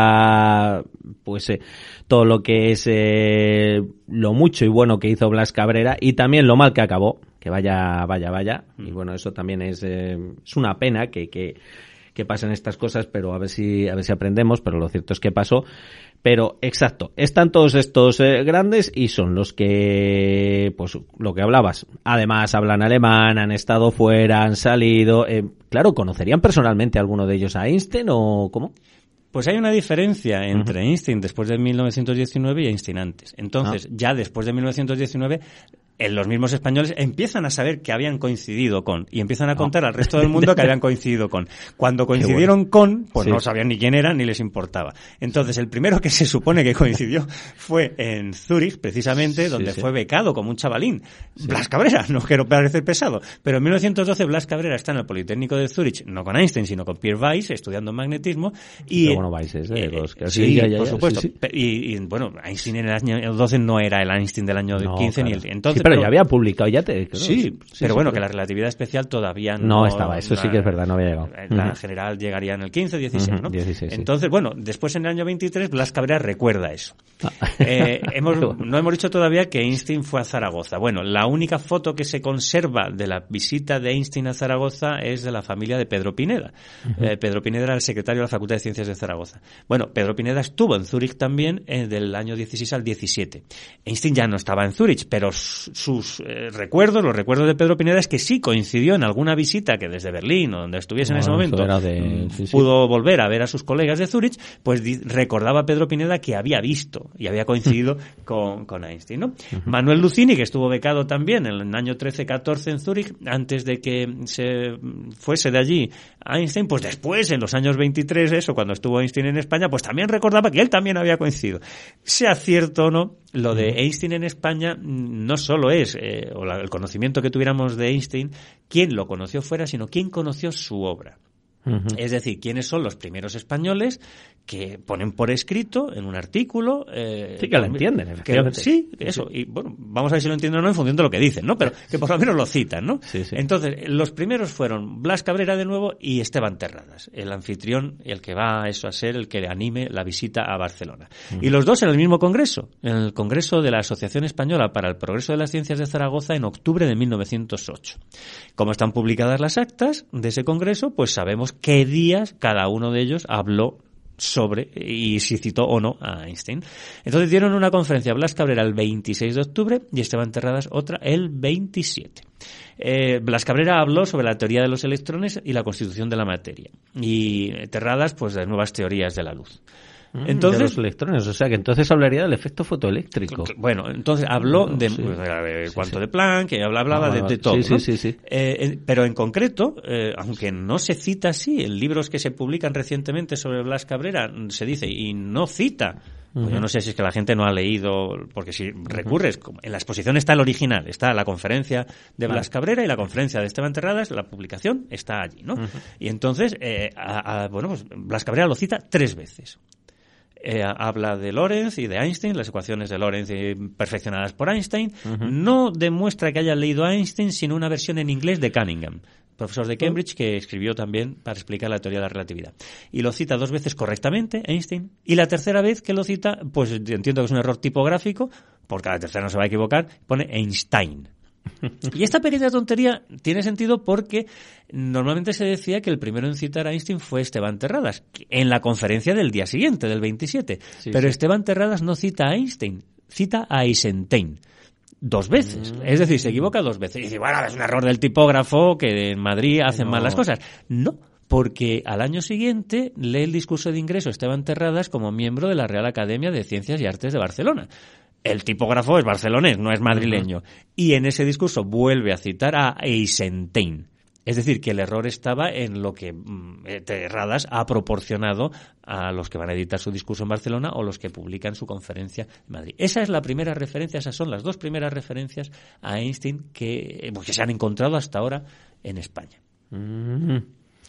ahora pues eh, todo lo que es eh, lo mucho y bueno que hizo Blas Cabrera y también lo mal que acabó, que vaya, vaya, vaya, y bueno, eso también es, eh, es una pena que, que que pasen estas cosas, pero a ver si a ver si aprendemos, pero lo cierto es que pasó. Pero, exacto, están todos estos eh, grandes y son los que, pues, lo que hablabas. Además, hablan alemán, han estado fuera, han salido. Eh, claro, ¿conocerían personalmente a alguno de ellos a Einstein o cómo? Pues hay una diferencia entre uh-huh. Einstein después de mil novecientos diecinueve y Einstein antes. Entonces, ah. ya después de mil novecientos diecinueve... en los mismos españoles empiezan a saber que habían coincidido con y empiezan a contar oh. al resto del mundo que habían coincidido con. Cuando coincidieron bueno. con, pues sí. no sabían ni quién eran ni les importaba. Entonces, el primero que se supone que coincidió fue en Zúrich, precisamente, donde sí, sí. fue becado como un chavalín. Sí. Blas Cabrera, no quiero parecer pesado, pero en mil novecientos doce Blas Cabrera está en el Politécnico de Zúrich, no con Einstein, sino con Pierre Weiss, estudiando magnetismo. Y, Qué bueno Weiss es, ¿eh? Los que sí, ya, ya, por ya, supuesto. Sí, sí. Y, y, bueno, Einstein en el año doce no era el Einstein del año no, quince claro. ni el... Entonces, sí, pero, pero ya había publicado, ya te... Creo, sí, sí, pero sí, bueno, sí, que la relatividad especial todavía no... No estaba, eso sí que es verdad, no había llegado. La uh-huh. general llegaría en el quince, dieciséis, uh-huh, ¿no? dieciséis, Entonces, sí. bueno, después en el año veintitrés Blas Cabrera recuerda eso. eh, hemos, no hemos dicho todavía que Einstein fue a Zaragoza. Bueno, la única foto que se conserva de la visita de Einstein a Zaragoza es de la familia de Pedro Pineda. Uh-huh. Eh, Pedro Pineda era el secretario de la Facultad de Ciencias de Zaragoza. Bueno, Pedro Pineda estuvo en Zúrich también eh, del año dieciséis al diecisiete. Einstein ya no estaba en Zúrich, pero sus eh, recuerdos, los recuerdos de Pedro Pineda es que sí coincidió en alguna visita que desde Berlín o donde estuviese no, en ese momento de... sí, sí. pudo volver a ver a sus colegas de Zúrich, pues di- recordaba a Pedro Pineda que había visto y había coincidido con, con Einstein, ¿no? Uh-huh. Manuel Lucini, que estuvo becado también en el año trece catorce en Zúrich, antes de que se fuese de allí Einstein, pues después, en los años veintitrés, eso, cuando estuvo Einstein en España, pues también recordaba que él también había coincidido. Sea cierto o no, lo de Einstein en España no solo es eh, o la, el conocimiento que tuviéramos de Einstein, quién lo conoció fuera, sino quién conoció su obra. Uh-huh. Es decir, quiénes son los primeros españoles que ponen por escrito en un artículo... Eh, sí, que lo entienden. Que, sí, eso. Y bueno, vamos a ver si lo entienden o no en función de lo que dicen, ¿no? Pero que por lo menos lo citan, ¿no? Sí, sí. Entonces, los primeros fueron Blas Cabrera de nuevo y Esteban Terradas, el anfitrión y el que va a eso a ser el que anime la visita a Barcelona. Uh-huh. Y los dos en el mismo congreso, en el Congreso de la Asociación Española para el Progreso de las Ciencias de Zaragoza en octubre de mil novecientos ocho. Como están publicadas las actas de ese congreso, pues sabemos qué días cada uno de ellos habló sobre y si citó o no a Einstein. Entonces dieron una conferencia Blas Cabrera el veintiséis de octubre y Esteban Terradas otra el veintisiete. Eh, Blas Cabrera habló sobre la teoría de los electrones y la constitución de la materia y Terradas pues de nuevas teorías de la luz. Entonces, de los electrones, o sea que entonces hablaría del efecto fotoeléctrico. Bueno, entonces habló de sí. eh, sí, cuanto sí. de Planck, que hablaba, hablaba ah, de, de todo, sí, ¿no? sí, sí, sí. Eh, pero en concreto, eh, aunque no se cita así, en libros que se publican recientemente sobre Blas Cabrera se dice y no cita. Pues yo no sé si es que la gente no ha leído, porque si recurres, en la exposición está el original, está la conferencia de Blas Cabrera y la conferencia de Esteban Terradas, la publicación está allí, ¿no? Uh-huh. Y entonces, eh, a, a, bueno, pues Blas Cabrera lo cita tres veces. Eh, habla de Lorentz y de Einstein, las ecuaciones de Lorentz eh, perfeccionadas por Einstein. Uh-huh. No demuestra que haya leído a Einstein, sino una versión en inglés de Cunningham, profesor de Cambridge, que escribió también para explicar la teoría de la relatividad. Y lo cita dos veces correctamente, Einstein, y la tercera vez que lo cita, pues entiendo que es un error tipográfico, porque a la tercera no se va a equivocar, pone Einstein. Y esta pequeña tontería tiene sentido porque normalmente se decía que el primero en citar a Einstein fue Esteban Terradas, en la conferencia del día siguiente, del veintisiete. Sí, Pero sí. Esteban Terradas no cita a Einstein, cita a Eisenstein. Dos veces. Mm. Es decir, se equivoca dos veces. Y dice, bueno, es un error del tipógrafo, que en Madrid hacen no. mal las cosas. No, porque al año siguiente lee el discurso de ingreso Esteban Terradas como miembro de la Real Academia de Ciencias y Artes de Barcelona. El tipógrafo es barcelonés, no es madrileño. Uh-huh. Y en ese discurso vuelve a citar a Eisenstein. Es decir, que el error estaba en lo que eh, Terradas ha proporcionado a los que van a editar su discurso en Barcelona o los que publican su conferencia en Madrid. Esa es la primera referencia, esas son las dos primeras referencias a Einstein que, que se han encontrado hasta ahora en España. Uh-huh.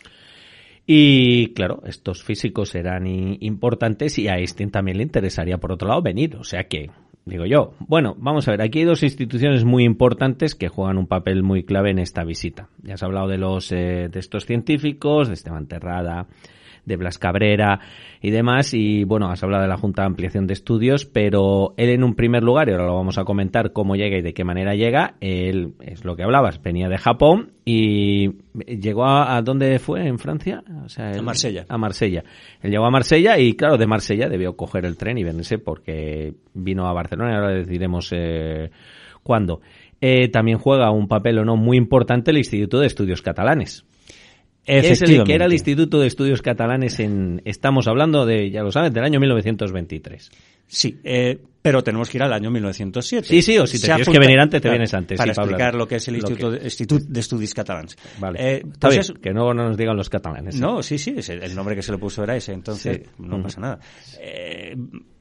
Y claro, estos físicos serán importantes y a Einstein también le interesaría, por otro lado, venir. O sea que, digo yo, bueno, vamos a ver, aquí hay dos instituciones muy importantes que juegan un papel muy clave en esta visita. Ya has hablado de los eh, de estos científicos, de Esteban Terrada, de Blas Cabrera y demás, y bueno, has hablado de la Junta de Ampliación de Estudios, pero él en un primer lugar, y ahora lo vamos a comentar cómo llega y de qué manera llega, él, es lo que hablabas, venía de Japón y llegó a, ¿a dónde fue? ¿En Francia? O sea, él, a Marsella. A Marsella. Él llegó a Marsella y claro, de Marsella debió coger el tren y venirse porque vino a Barcelona y ahora decidiremos eh, cuándo. Eh, también juega un papel o no muy importante el Instituto de Estudios Catalanes. Es el que era el Instituto de Estudios Catalanes en, estamos hablando de, ya lo sabes, del año mil novecientos veintitrés. Sí, eh, pero tenemos que ir al año mil novecientos siete. Sí, sí, o si te tienes que venir antes, te claro, vienes antes. Para sí, explicar Pablo, lo que es el Instituto que... de, Institut de Estudis Catalans. Vale, eh, está pues bien, es... que no, no nos digan los catalanes. No, sí, sí, es el, el nombre que se le puso era ese, entonces sí. no uh-huh. pasa nada. Eh...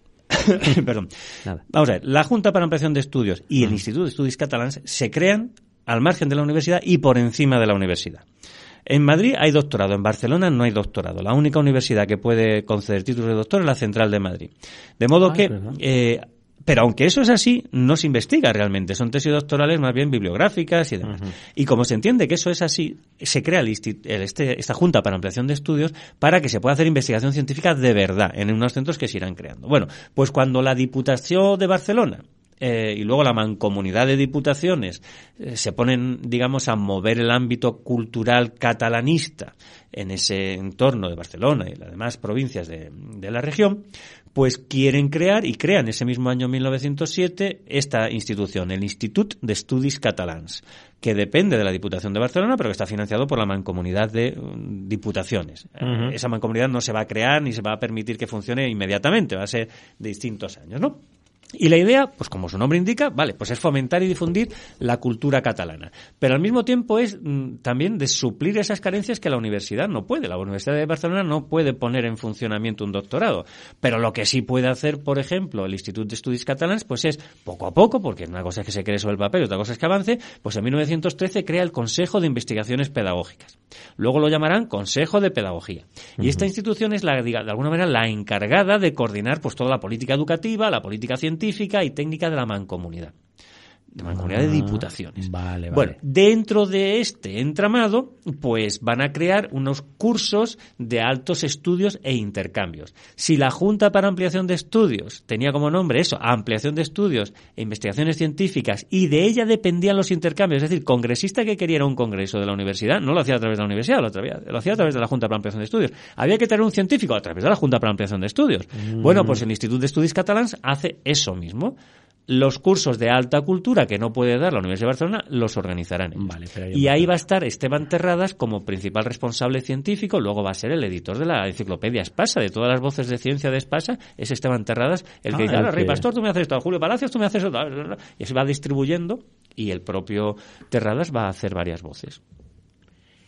Perdón. Nada. Vamos a ver, la Junta para Ampliación de Estudios y uh-huh. el Instituto de Estudis Catalans se crean al margen de la universidad y por encima de la universidad. En Madrid hay doctorado, en Barcelona no hay doctorado. La única universidad que puede conceder títulos de doctor es la Central de Madrid. De modo ah, que, eh, pero aunque eso es así, no se investiga realmente. Son tesis doctorales más bien bibliográficas y demás. Uh-huh. Y como se entiende que eso es así, se crea el instit- el este, esta Junta para Ampliación de Estudios para que se pueda hacer investigación científica de verdad en unos centros que se irán creando. Bueno, pues cuando la Diputación de Barcelona Eh, y luego la mancomunidad de diputaciones eh, se ponen, digamos, a mover el ámbito cultural catalanista en ese entorno de Barcelona y las demás provincias de, de la región, pues quieren crear y crean ese mismo año mil novecientos siete esta institución, el Institut de Estudis Catalans, que depende de la Diputación de Barcelona, pero que está financiado por la mancomunidad de um, diputaciones. Uh-huh. Esa mancomunidad no se va a crear ni se va a permitir que funcione inmediatamente, va a ser de distintos años, ¿no? Y la idea, pues como su nombre indica, vale, pues es fomentar y difundir la cultura catalana. Pero al mismo tiempo es mm, también de suplir esas carencias que la universidad no puede. La Universidad de Barcelona no puede poner en funcionamiento un doctorado. Pero lo que sí puede hacer, por ejemplo, el Institut de Estudis Catalans, pues es poco a poco, porque una cosa es que se cree sobre el papel y otra cosa es que avance, pues en mil novecientos trece crea el Consejo de Investigaciones Pedagógicas. Luego lo llamarán Consejo de Pedagogía. Uh-huh. Y esta institución es, la, de alguna manera, la encargada de coordinar pues toda la política educativa, la política científica, científica y técnica de la mancomunidad. De mancomunidad ah, de diputaciones. Vale, vale. Bueno, dentro de este entramado, pues van a crear unos cursos de altos estudios e intercambios. Si la Junta para Ampliación de Estudios tenía como nombre eso, ampliación de estudios e investigaciones científicas, y de ella dependían los intercambios, es decir, congresista que quería ir a un congreso de la universidad, no lo hacía a través de la universidad, lo, atravía, lo hacía a través de la Junta para Ampliación de Estudios. Había que tener un científico a través de la Junta para Ampliación de Estudios. Mm. Bueno, pues el Institut de Estudis Catalans hace eso mismo. Los cursos de alta cultura que no puede dar la Universidad de Barcelona los organizarán ellos. Vale, y ahí va a estar Esteban Terradas como principal responsable científico, luego va a ser el editor de la enciclopedia Espasa, de todas las voces de ciencia de Espasa, es Esteban Terradas el que ah, dice, ahora, Rey Pastor, tú me haces esto, Julio Palacios, tú me haces esto, y se va distribuyendo y el propio Terradas va a hacer varias voces.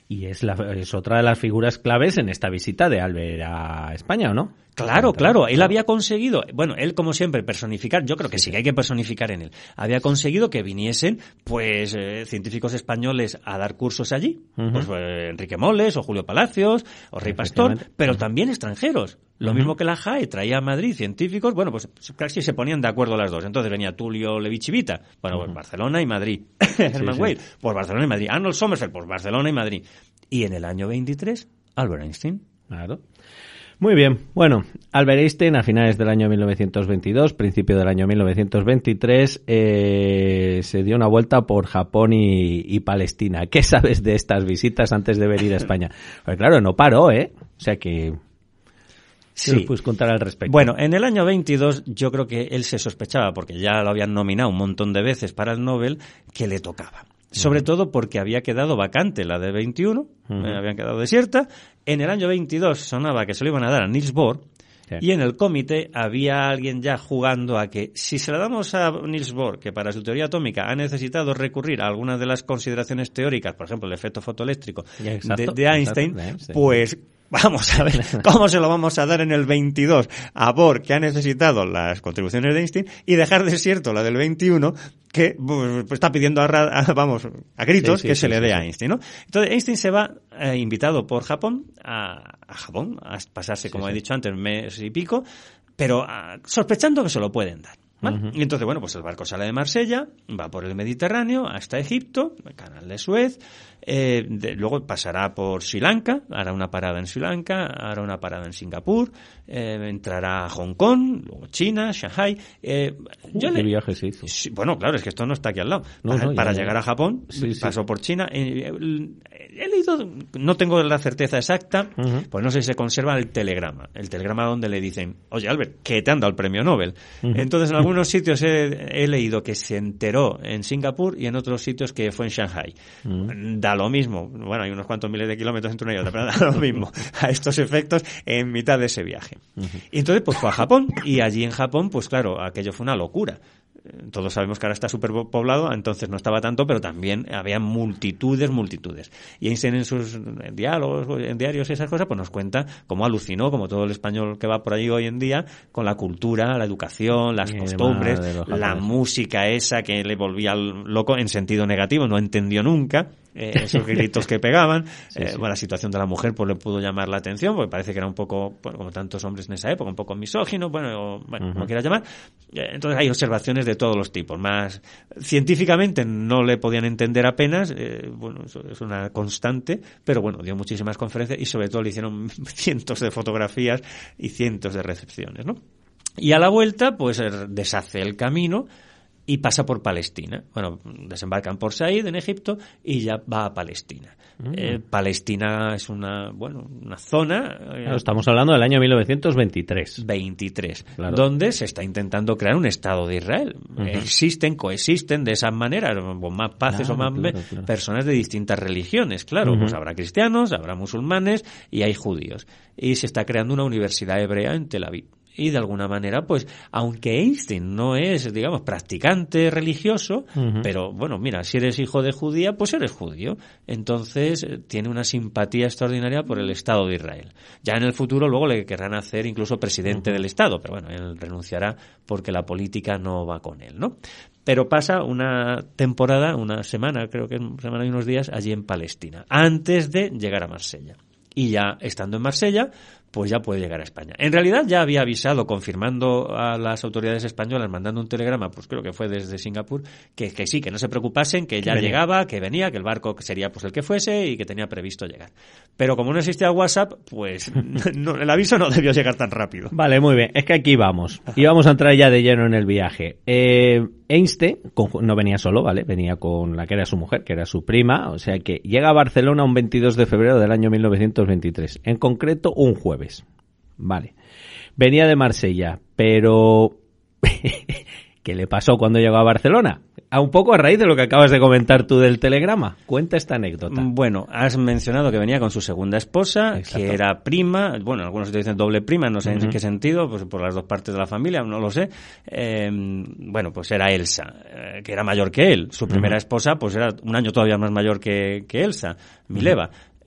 Y es, la, es otra de las figuras claves en esta visita de Albert a España, ¿o no? Claro, claro, él había conseguido, bueno, él como siempre personificar, yo creo que sí que hay que personificar en él, había conseguido que viniesen pues eh, científicos españoles a dar cursos allí, uh-huh. pues eh, Enrique Moles o Julio Palacios o Rey Pastor, pero uh-huh. también extranjeros. Lo uh-huh. mismo que la J A E traía a Madrid científicos, bueno, pues casi se ponían de acuerdo las dos. Entonces venía Tulio Levicivita, bueno, pues uh-huh. Barcelona y Madrid. Herman sí, Wade, sí. pues Barcelona y Madrid. Arnold Sommerfeld, pues Barcelona y Madrid. Y en el año veintitrés, Albert Einstein. Claro. Muy bien. Bueno, Albert Einstein a finales del año mil novecientos veintidós, principio del año mil novecientos veintitrés, eh, se dio una vuelta por Japón y, y Palestina. ¿Qué sabes de estas visitas antes de venir a España? Pues claro, no paró, ¿eh? O sea que... ¿Qué sí. nos puedes contar al respecto? Bueno, en el año veintidós yo creo que él se sospechaba, porque ya lo habían nominado un montón de veces para el Nobel, que le tocaba. Sobre uh-huh. todo porque había quedado vacante la de veintiuno, uh-huh. eh, habían quedado desierta. En el año veintidós sonaba que se lo iban a dar a Niels Bohr, sí. y en el comité había alguien ya jugando a que si se la damos a Niels Bohr, que para su teoría atómica ha necesitado recurrir a algunas de las consideraciones teóricas, por ejemplo el efecto fotoeléctrico exacto, de, de Einstein, exacto, Einstein, pues... Vamos a ver cómo se lo vamos a dar en el veintidós a Bohr, que ha necesitado las contribuciones de Einstein, y dejar desierto la del veintiuno, que pues, está pidiendo a, a, vamos, a gritos sí, sí, que sí, se sí, le dé sí, a Einstein, ¿no? Entonces Einstein se va eh, invitado por Japón a, a Japón, a pasarse, como sí, he sí. dicho antes, un mes y pico, pero a, sospechando que se lo pueden dar. ¿Vale? Uh-huh. Y entonces, bueno, pues el barco sale de Marsella, va por el Mediterráneo hasta Egipto, el canal de Suez, eh, de, luego pasará por Sri Lanka, hará una parada en Sri Lanka, hará una parada en Singapur, eh, entrará a Hong Kong, luego China, Shanghai. Eh, uh, yo ¿Qué le, viaje se hizo? Sí, bueno, claro, es que esto no está aquí al lado. No, para no, para ya, llegar ya. a Japón, sí, pasó sí. por China. Eh, he leído, no tengo la certeza exacta, uh-huh. pues no sé si se conserva el telegrama. El telegrama donde le dicen, oye, Albert, que te han dado el premio Nobel. Uh-huh. Entonces, en algunos sitios he, he leído que se enteró en Singapur y en otros sitios que fue en Shanghai. Uh-huh. Da lo mismo. Bueno, hay unos cuantos miles de kilómetros entre una y otra, pero da lo mismo a estos efectos en mitad de ese viaje. Uh-huh. Y entonces, pues fue a Japón, y allí en Japón, pues claro, aquello fue una locura. Todos sabemos que ahora está superpoblado, entonces no estaba tanto, pero también había multitudes, multitudes. Y Einstein en sus diálogos, en diarios y esas cosas, pues nos cuenta cómo alucinó, como todo el español que va por ahí hoy en día, con la cultura, la educación, las Bien, costumbres, la música esa que le volvía loco en sentido negativo, no entendió nunca. Eh, esos gritos que pegaban, sí, eh, sí. Bueno, la situación de la mujer pues le pudo llamar la atención, porque parece que era un poco, bueno, como tantos hombres en esa época, un poco misógino, bueno, o, bueno, uh-huh. como quieras llamar. Eh, entonces hay observaciones de todos los tipos, más científicamente no le podían entender apenas, eh, bueno, eso es una constante, pero bueno, dio muchísimas conferencias y sobre todo le hicieron cientos de fotografías y cientos de recepciones, ¿no? Y a la vuelta, pues deshace el camino y pasa por Palestina. Bueno, desembarcan por Said, en Egipto, y ya va a Palestina. Mm. Eh, Palestina es una, bueno, una zona... Eh, claro, estamos hablando del año mil novecientos veintitrés. veintitrés, claro. Donde se está intentando crear un Estado de Israel. Uh-huh. Existen, coexisten de esa manera, con más paces claro, o más claro, claro. personas de distintas religiones, claro. Uh-huh. Pues habrá cristianos, habrá musulmanes y hay judíos. Y se está creando una universidad hebrea en Tel Aviv. Y de alguna manera, pues, aunque Einstein no es, digamos, practicante religioso, uh-huh. pero bueno, mira, si eres hijo de judía, pues eres judío. Entonces, tiene una simpatía extraordinaria por el Estado de Israel. Ya en el futuro luego le querrán hacer incluso presidente uh-huh. del Estado, pero bueno, él renunciará porque la política no va con él, ¿no? Pero pasa una temporada, una semana, creo que una semana y unos días, allí en Palestina, antes de llegar a Marsella. Y ya estando en Marsella, pues ya puede llegar a España. En realidad ya había avisado, confirmando a las autoridades españolas, mandando un telegrama, pues creo que fue desde Singapur, que, que sí, que no se preocupasen, que ya venía. llegaba, que venía, que el barco sería pues el que fuese y que tenía previsto llegar. Pero como no existía WhatsApp, pues no, el aviso no debió llegar tan rápido. Vale, muy bien. Es que aquí vamos. Y vamos a entrar ya de lleno en el viaje. Eh, Einstein con, no venía solo, ¿vale? Venía con la que era su mujer, que era su prima, o sea que llega a Barcelona un veintidós de febrero del año mil novecientos veintitrés. En concreto, un jueves. Vale. Venía de Marsella, pero ¿qué le pasó cuando llegó a Barcelona? A un poco a raíz de lo que acabas de comentar tú del telegrama. Cuenta esta anécdota. Bueno, has mencionado que venía con su segunda esposa, Exacto. que era prima, bueno, algunos te dicen doble prima, no sé uh-huh. en qué sentido, pues por las dos partes de la familia, no lo sé. Eh, bueno, pues era Elsa, eh, que era mayor que él. Su primera uh-huh. esposa, pues era un año todavía más mayor que, que Elsa, Mileva. Uh-huh.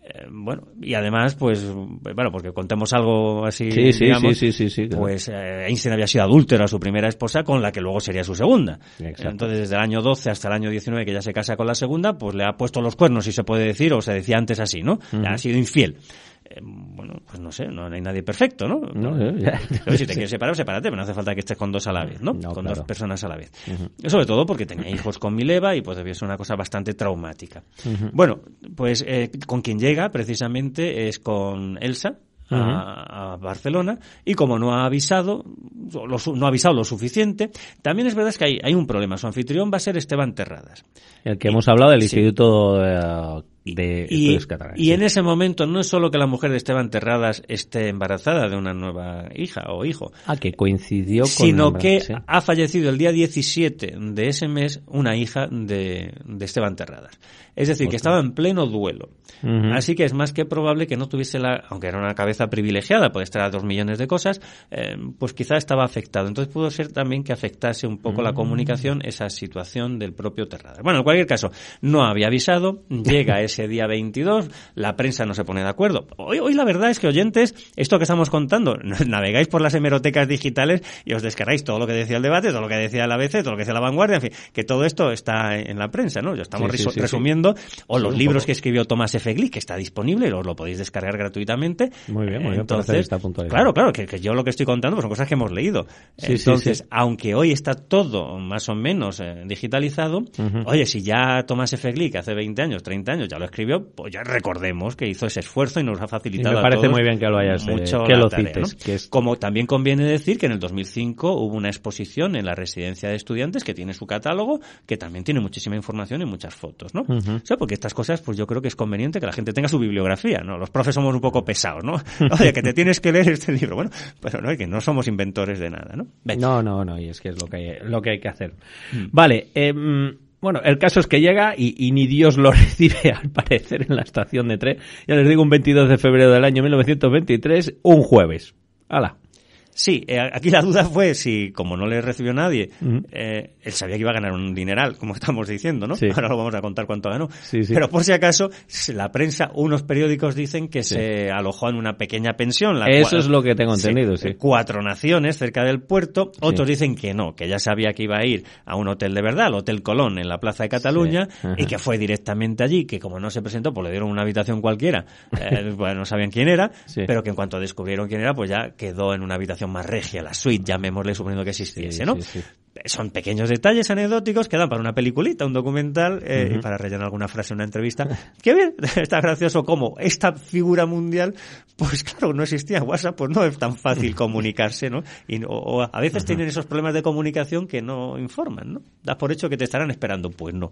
Eh, bueno, y además, pues, bueno, porque contemos algo así, sí, sí, digamos, sí, sí, sí, sí, claro. Pues eh, Einstein había sido adúltero a su primera esposa, con la que luego sería su segunda. Exacto. Entonces, desde el año doce hasta el año diecinueve, que ya se casa con la segunda, pues le ha puesto los cuernos, si se puede decir, o se decía antes así, ¿no? Uh-huh. Ha sido infiel. Eh, bueno, pues no sé, no hay nadie perfecto, ¿no? no eh, ya. Pero si te quieres separar, sepárate, pero no hace falta que estés con dos a la vez, ¿no? no con claro. dos personas a la vez. Uh-huh. Sobre todo porque tenía hijos con Mileva y pues debió ser una cosa bastante traumática. Uh-huh. Bueno, pues eh, con quien llega precisamente es con Elsa, Uh-huh. A, a Barcelona, y como no ha avisado lo, no ha avisado lo suficiente, también es verdad que hay, hay un problema. Su anfitrión va a ser Esteban Terradas, el que y, hemos hablado del sí. Instituto de, de y, Estudios Catalanes. Y sí. En ese momento no es solo que la mujer de Esteban Terradas esté embarazada de una nueva hija o hijo, ah, que coincidió con sino el... que sí. ha fallecido el día diecisiete de ese mes una hija de, de Esteban Terradas. Es decir, Otra. que estaba en pleno duelo. Uh-huh. Así que es más que probable que no tuviese la, aunque era una cabeza privilegiada, puede estar a dos millones de cosas, eh, pues quizá estaba afectado. Entonces pudo ser también que afectase un poco uh-huh. la comunicación, esa situación del propio Terradas. Bueno, en cualquier caso, no había avisado, llega ese día veintidós, la prensa no se pone de acuerdo. Hoy, hoy la verdad es que, oyentes, esto que estamos contando, navegáis por las hemerotecas digitales y os descargáis todo lo que decía el debate, todo lo que decía el A B C, todo lo que decía la Vanguardia, en fin, que todo esto está en la prensa, ¿no? Ya estamos sí, sí, sí, resumiendo, sí. o sí, los libros poco. que escribió Thomas F. Glick, que está disponible, os lo podéis descargar gratuitamente. Muy bien, muy bien. Entonces, claro, claro, que, que yo lo que estoy contando pues son cosas que hemos leído. Sí, Entonces, sí, sí. aunque hoy está todo más o menos eh, digitalizado, uh-huh. oye, si ya Thomas F. Glick hace veinte años, treinta años ya lo escribió, pues ya recordemos que hizo ese esfuerzo y nos ha facilitado. Y me parece a todos muy bien que lo hayas mucho eh, que lo tarea, cites. ¿no? Que es... Como también conviene decir que en el dos mil cinco hubo una exposición en la residencia de estudiantes que tiene su catálogo, que también tiene muchísima información y muchas fotos, ¿no? Uh-huh. O sea, porque estas cosas, pues yo creo que es conveniente que la gente tenga su bibliografía, ¿no? Los profes somos un poco pesados, ¿no? Oye, que te tienes que leer este libro. Bueno, pero no, que no somos inventores de nada, ¿no? Ven. No, no, no, y es que es lo que hay, lo que hay que hacer. Mm. Vale, eh, bueno, el caso es que llega y, y ni Dios lo recibe, al parecer, en la estación de tren. Ya les digo, un veintidós de febrero del año mil novecientos veintitrés, un jueves. ¡Hala! Sí, eh, aquí la duda fue si, como no le recibió nadie, uh-huh. eh, él sabía que iba a ganar un dineral, como estamos diciendo, ¿no? Sí. Ahora lo vamos a contar cuánto ganó. Sí, sí. Pero por si acaso, la prensa, unos periódicos dicen que sí. se alojó en una pequeña pensión. La Eso cual, es lo que tengo entendido, sí. sí. Cuatro Naciones, cerca del puerto. Otros sí. dicen que no, que ya sabía que iba a ir a un hotel de verdad, el Hotel Colón, en la Plaza de Cataluña, sí. y que fue directamente allí, que como no se presentó, pues le dieron una habitación cualquiera. Eh, bueno, no sabían quién era, sí. pero que en cuanto descubrieron quién era, pues ya quedó en una habitación más regia, la suite, llamémosle, suponiendo que existiese, sí, ¿no? Sí, sí. Son pequeños detalles anecdóticos que dan para una peliculita, un documental, eh, uh-huh. y para rellenar alguna frase en una entrevista. ¡Qué bien! Está gracioso como esta figura mundial, pues claro, no existía WhatsApp, pues no es tan fácil comunicarse, ¿no? Y, o, o a veces uh-huh. tienen esos problemas de comunicación que no informan, ¿no? Das por hecho que te estarán esperando, pues no.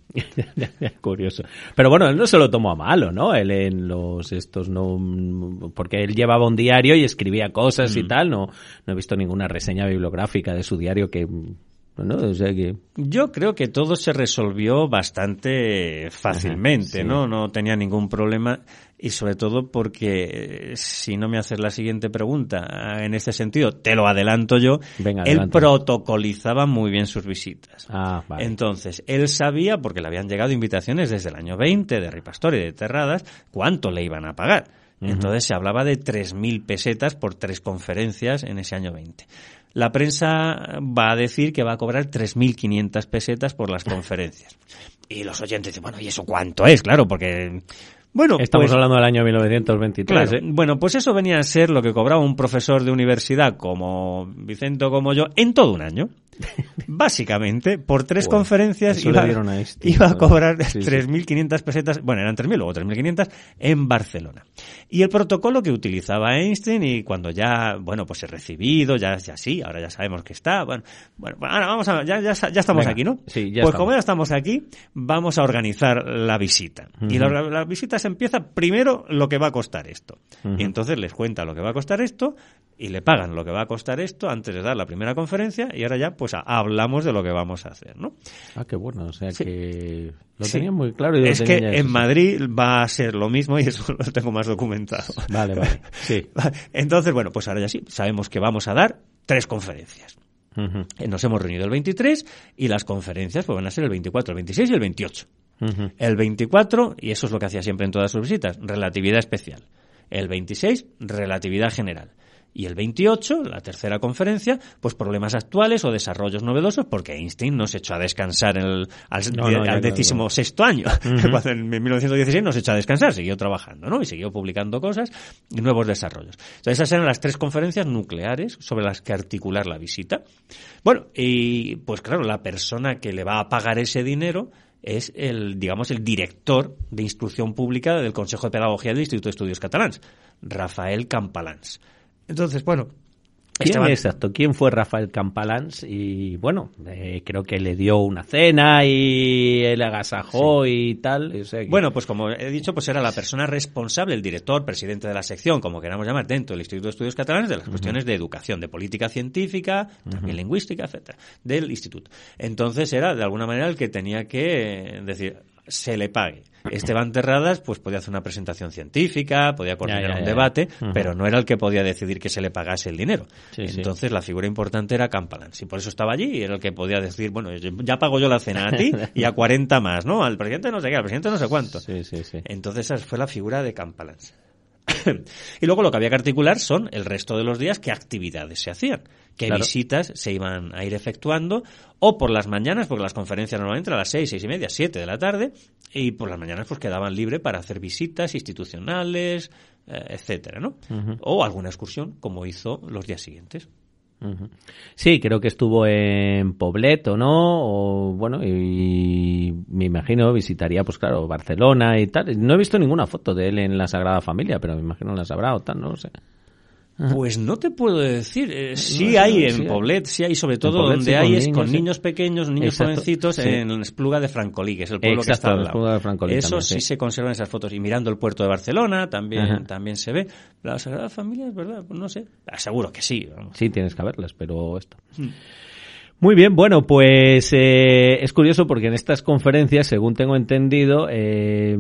Curioso. Pero bueno, él no se lo tomó a malo, ¿no? Él en los estos no, porque él llevaba un diario y escribía cosas mm. y tal, no, no he visto ninguna reseña bibliográfica de su diario que, ¿no? O sea que... Yo creo que todo se resolvió bastante fácilmente, Ajá, sí. ¿no? No tenía ningún problema. Y sobre todo porque, si no me haces la siguiente pregunta, en este sentido, te lo adelanto yo, Venga, él protocolizaba muy bien sus visitas. Ah, vale. Entonces, él sabía, porque le habían llegado invitaciones desde el año veinte de Ripastor y de Terradas, cuánto le iban a pagar. Uh-huh. Entonces se hablaba de tres mil pesetas por tres conferencias en ese año veinte. La prensa va a decir que va a cobrar tres mil quinientas pesetas por las conferencias. Y los oyentes dicen, bueno, ¿y eso cuánto es? Claro, porque... Bueno, estamos pues, hablando del año mil novecientos veintitrés, claro, ¿eh? Bueno, pues eso venía a ser lo que cobraba un profesor de universidad como Vicente o como yo en todo un año. Básicamente, por tres bueno, conferencias iba, a este, iba a cobrar sí, tres mil quinientas sí. pesetas, bueno, eran tres mil, luego tres mil quinientas en Barcelona. Y el protocolo que utilizaba Einstein, y cuando ya, bueno, pues he recibido, ya, ya sí, ahora ya sabemos que está, bueno, bueno, ahora vamos a, ya, ya, ya estamos Venga, aquí, ¿no? Sí, ya pues estamos. Como ya estamos aquí, vamos a organizar la visita. Uh-huh. Y la, la visita se empieza primero lo que va a costar esto. Uh-huh. Y entonces les cuenta lo que va a costar esto, y le pagan lo que va a costar esto antes de dar la primera conferencia, y ahora ya, pues a, hablamos de lo que vamos a hacer, ¿no? Ah, qué bueno, o sea sí. que lo sí. tenía muy claro. Y lo es tenía que en eso, Madrid sí. va a ser lo mismo y eso lo tengo más documentado. Vale, vale, sí. Entonces, bueno, pues ahora ya sí, sabemos que vamos a dar tres conferencias. Uh-huh. Nos hemos reunido el veintitrés y las conferencias pues van a ser el veinticuatro, el veintiséis y el veintiocho. Uh-huh. El veinticuatro, y eso es lo que hacía siempre en todas sus visitas, relatividad especial. El veintiséis, relatividad general. Y el veintiocho, la tercera conferencia, pues problemas actuales o desarrollos novedosos, porque Einstein no se echó a descansar en el, al, no, no, al decimo sexto año. Uh-huh. Cuando en mil novecientos dieciséis no se echó a descansar, siguió trabajando, ¿no? Y siguió publicando cosas y nuevos desarrollos. Entonces esas eran las tres conferencias nucleares sobre las que articular la visita. Bueno, y pues claro, la persona que le va a pagar ese dinero es el, digamos, el director de instrucción pública del Consejo de Pedagogía del Instituto de Estudios Catalans, Rafael Campalans. Entonces, bueno... ¿Quién, Esteban... exacto, ¿quién fue Rafael Campalans? Y bueno, eh, creo que le dio una cena y le agasajó sí. y tal. O sea que... Bueno, pues como he dicho, pues era la persona responsable, el director, presidente de la sección, como queramos llamar, dentro del Instituto de Estudios Catalanes, de las uh-huh. cuestiones de educación, de política científica, también uh-huh. lingüística, etcétera, del instituto. Entonces era, de alguna manera, el que tenía que decir... se le pague. Esteban Terradas pues podía hacer una presentación científica, podía coordinar ya, ya, ya. un debate, uh-huh. pero no era el que podía decidir que se le pagase el dinero. Sí, Entonces sí. la figura importante era Campalans, y por eso estaba allí, y era el que podía decir, bueno, ya pago yo la cena a ti y a cuarenta más, ¿no? Al presidente no sé qué, al presidente no sé cuánto. Sí, sí, sí. Entonces esa fue la figura de Campalans. Y luego lo que había que articular son el resto de los días qué actividades se hacían, qué claro. visitas se iban a ir efectuando, o por las mañanas, porque las conferencias normalmente a las seis, seis y media, siete de la tarde, y por las mañanas pues quedaban libre para hacer visitas institucionales, eh, etcétera, ¿no? Uh-huh. O alguna excursión, como hizo los días siguientes. Uh-huh. Sí, creo que estuvo en Poblet, ¿o no? O, bueno, y me imagino visitaría, pues claro, Barcelona y tal. No he visto ninguna foto de él en la Sagrada Familia, pero me imagino las habrá o tal, no lo sé. Pues no te puedo decir. Eh, sí no sé, hay en sí Poblet, sí hay, sobre todo Poblet, donde sí, hay con es niños, con sí. niños pequeños, niños Exacto, jovencitos, sí. en Espluga de Francolí, que es el pueblo Exacto, que está al lado. De Francolí Eso también, sí, sí se conservan esas fotos. Y mirando el puerto de Barcelona también Ajá. también se ve. La Sagrada Familia, es verdad, no sé. Seguro que sí. Vamos. Sí, tienes que verlas, pero esto... Hmm. Muy bien, bueno, pues eh, es curioso porque en estas conferencias, según tengo entendido, eh,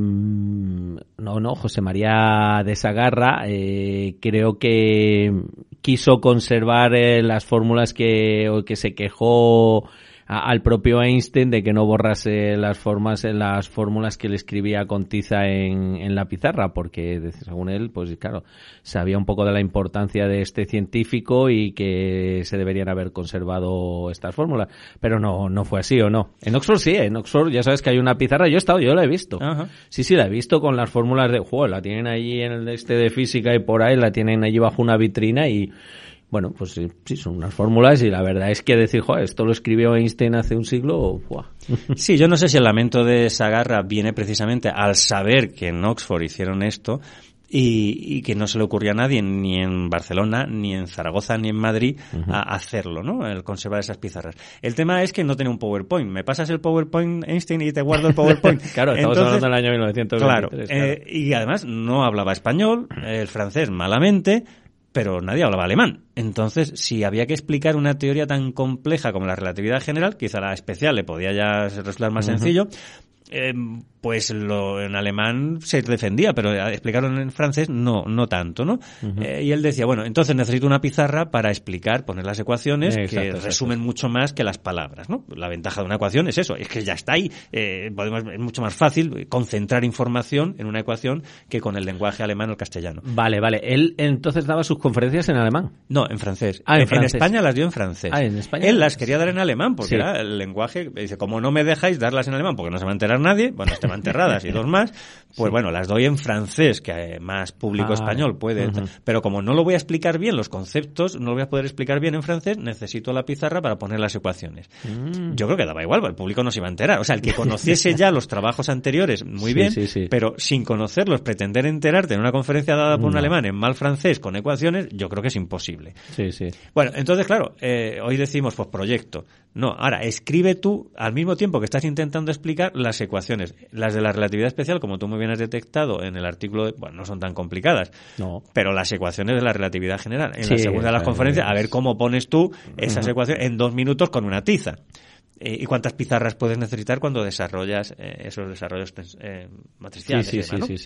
no, no, José María de Sagarra eh, creo que quiso conservar eh, las fórmulas que, o que se quejó a, al propio Einstein de que no borrase las formas, las fórmulas que le escribía con tiza en, en la pizarra, porque según él, pues claro, sabía un poco de la importancia de este científico y que se deberían haber conservado estas fórmulas, pero no, no fue así, ¿o no? En Oxford sí, en Oxford ya sabes que hay una pizarra, yo he estado, yo la he visto. Ajá. Sí, sí, la he visto con las fórmulas de juego, la tienen allí en el este de física y por ahí, la tienen allí bajo una vitrina y bueno, pues sí, sí, son unas fórmulas y la verdad es que decir, joder, esto lo escribió Einstein hace un siglo, ¡buah! Sí, yo no sé si el lamento de Sagarra viene precisamente al saber que en Oxford hicieron esto y, y que no se le ocurrió a nadie, ni en Barcelona, ni en Zaragoza, ni en Madrid, uh-huh. a hacerlo, ¿no? El conservar esas pizarras. El tema es que no tenía un PowerPoint. Me pasas el PowerPoint, Einstein, y te guardo el PowerPoint. Claro, estamos Entonces, hablando del año mil novecientos veintitrés. Claro, claro. Eh, y además no hablaba español, el francés malamente, pero nadie hablaba alemán. Entonces, si había que explicar una teoría tan compleja como la relatividad general, quizá la especial le podía ya resultar más uh-huh. sencillo, eh, pues lo en alemán se defendía, pero explicarlo en francés no no tanto, ¿no? Uh-huh. Eh, y él decía, bueno, entonces necesito una pizarra para explicar, poner las ecuaciones exacto, que exacto. resumen mucho más que las palabras, ¿no? La ventaja de una ecuación es eso, es que ya está ahí. Eh, podemos, es mucho más fácil concentrar información en una ecuación que con el lenguaje alemán o el castellano. Vale, vale. Él entonces daba sus conferencias en alemán. No, en francés. Ah, en, en, francés. en España las dio en francés. Ah, en España. Él las quería dar en alemán porque sí. era el lenguaje. Dice, como no me dejáis darlas en alemán porque no se va a enterar nadie, bueno, Esteban Terradas y dos más, pues sí. bueno, las doy en francés, que más público ah, español puede. Uh-huh. Pero como no lo voy a explicar bien, los conceptos, no lo voy a poder explicar bien en francés, necesito la pizarra para poner las ecuaciones. Mm. Yo creo que daba igual, el público no se iba a enterar. O sea, el que conociese ya los trabajos anteriores, muy sí, bien, sí, sí. pero sin conocerlos, pretender enterarte en una conferencia dada por no. un alemán en mal francés con ecuaciones, yo creo que es imposible. Sí, sí. Bueno, entonces, claro, eh, hoy decimos, pues proyecto. No, ahora, escribe tú, al mismo tiempo que estás intentando explicar las ecuaciones. Las de la relatividad especial, como tú muy bien has detectado en el artículo, de, bueno, no son tan complicadas, no. pero las ecuaciones de la relatividad general. En sí, la segunda de las conferencias, es... a ver cómo pones tú esas uh-huh. ecuaciones en dos minutos con una tiza. Eh, ¿Y cuántas pizarras puedes necesitar cuando desarrollas eh, esos desarrollos eh, matriciales? Sí, sí, demás, sí, ¿no? sí, sí.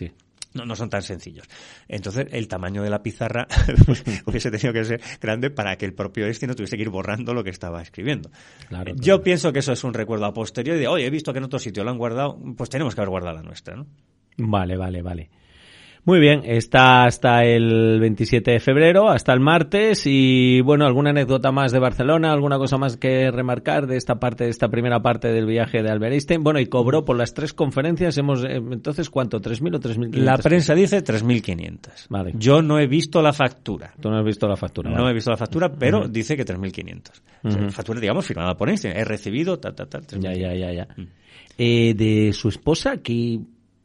No, no son tan sencillos. Entonces, el tamaño de la pizarra pues, hubiese tenido que ser grande para que el propio Einstein no tuviese que ir borrando lo que estaba escribiendo. Claro, Yo claro. pienso que eso es un recuerdo a posteriori de, oye, he visto que en otro sitio lo han guardado, pues tenemos que haber guardado la nuestra, ¿no? Vale, vale, vale. Muy bien, está hasta el veintisiete de febrero, hasta el martes, y bueno, ¿alguna anécdota más de Barcelona? ¿Alguna cosa más que remarcar de esta parte, de esta primera parte del viaje de Albert Einstein? Bueno, y cobró por las tres conferencias, hemos, entonces, ¿cuánto? ¿tres mil o tres mil quinientos? La prensa dice tres mil quinientos. Vale. Yo no he visto la factura. Tú no has visto la factura. No vale. he visto la factura, pero uh-huh. dice que tres mil quinientos. Uh-huh. O sea, factura, digamos, firmada por Einstein. He recibido, tal, tal, tal. Ya, ya, ya, ya. Uh-huh. Eh, de su esposa, que...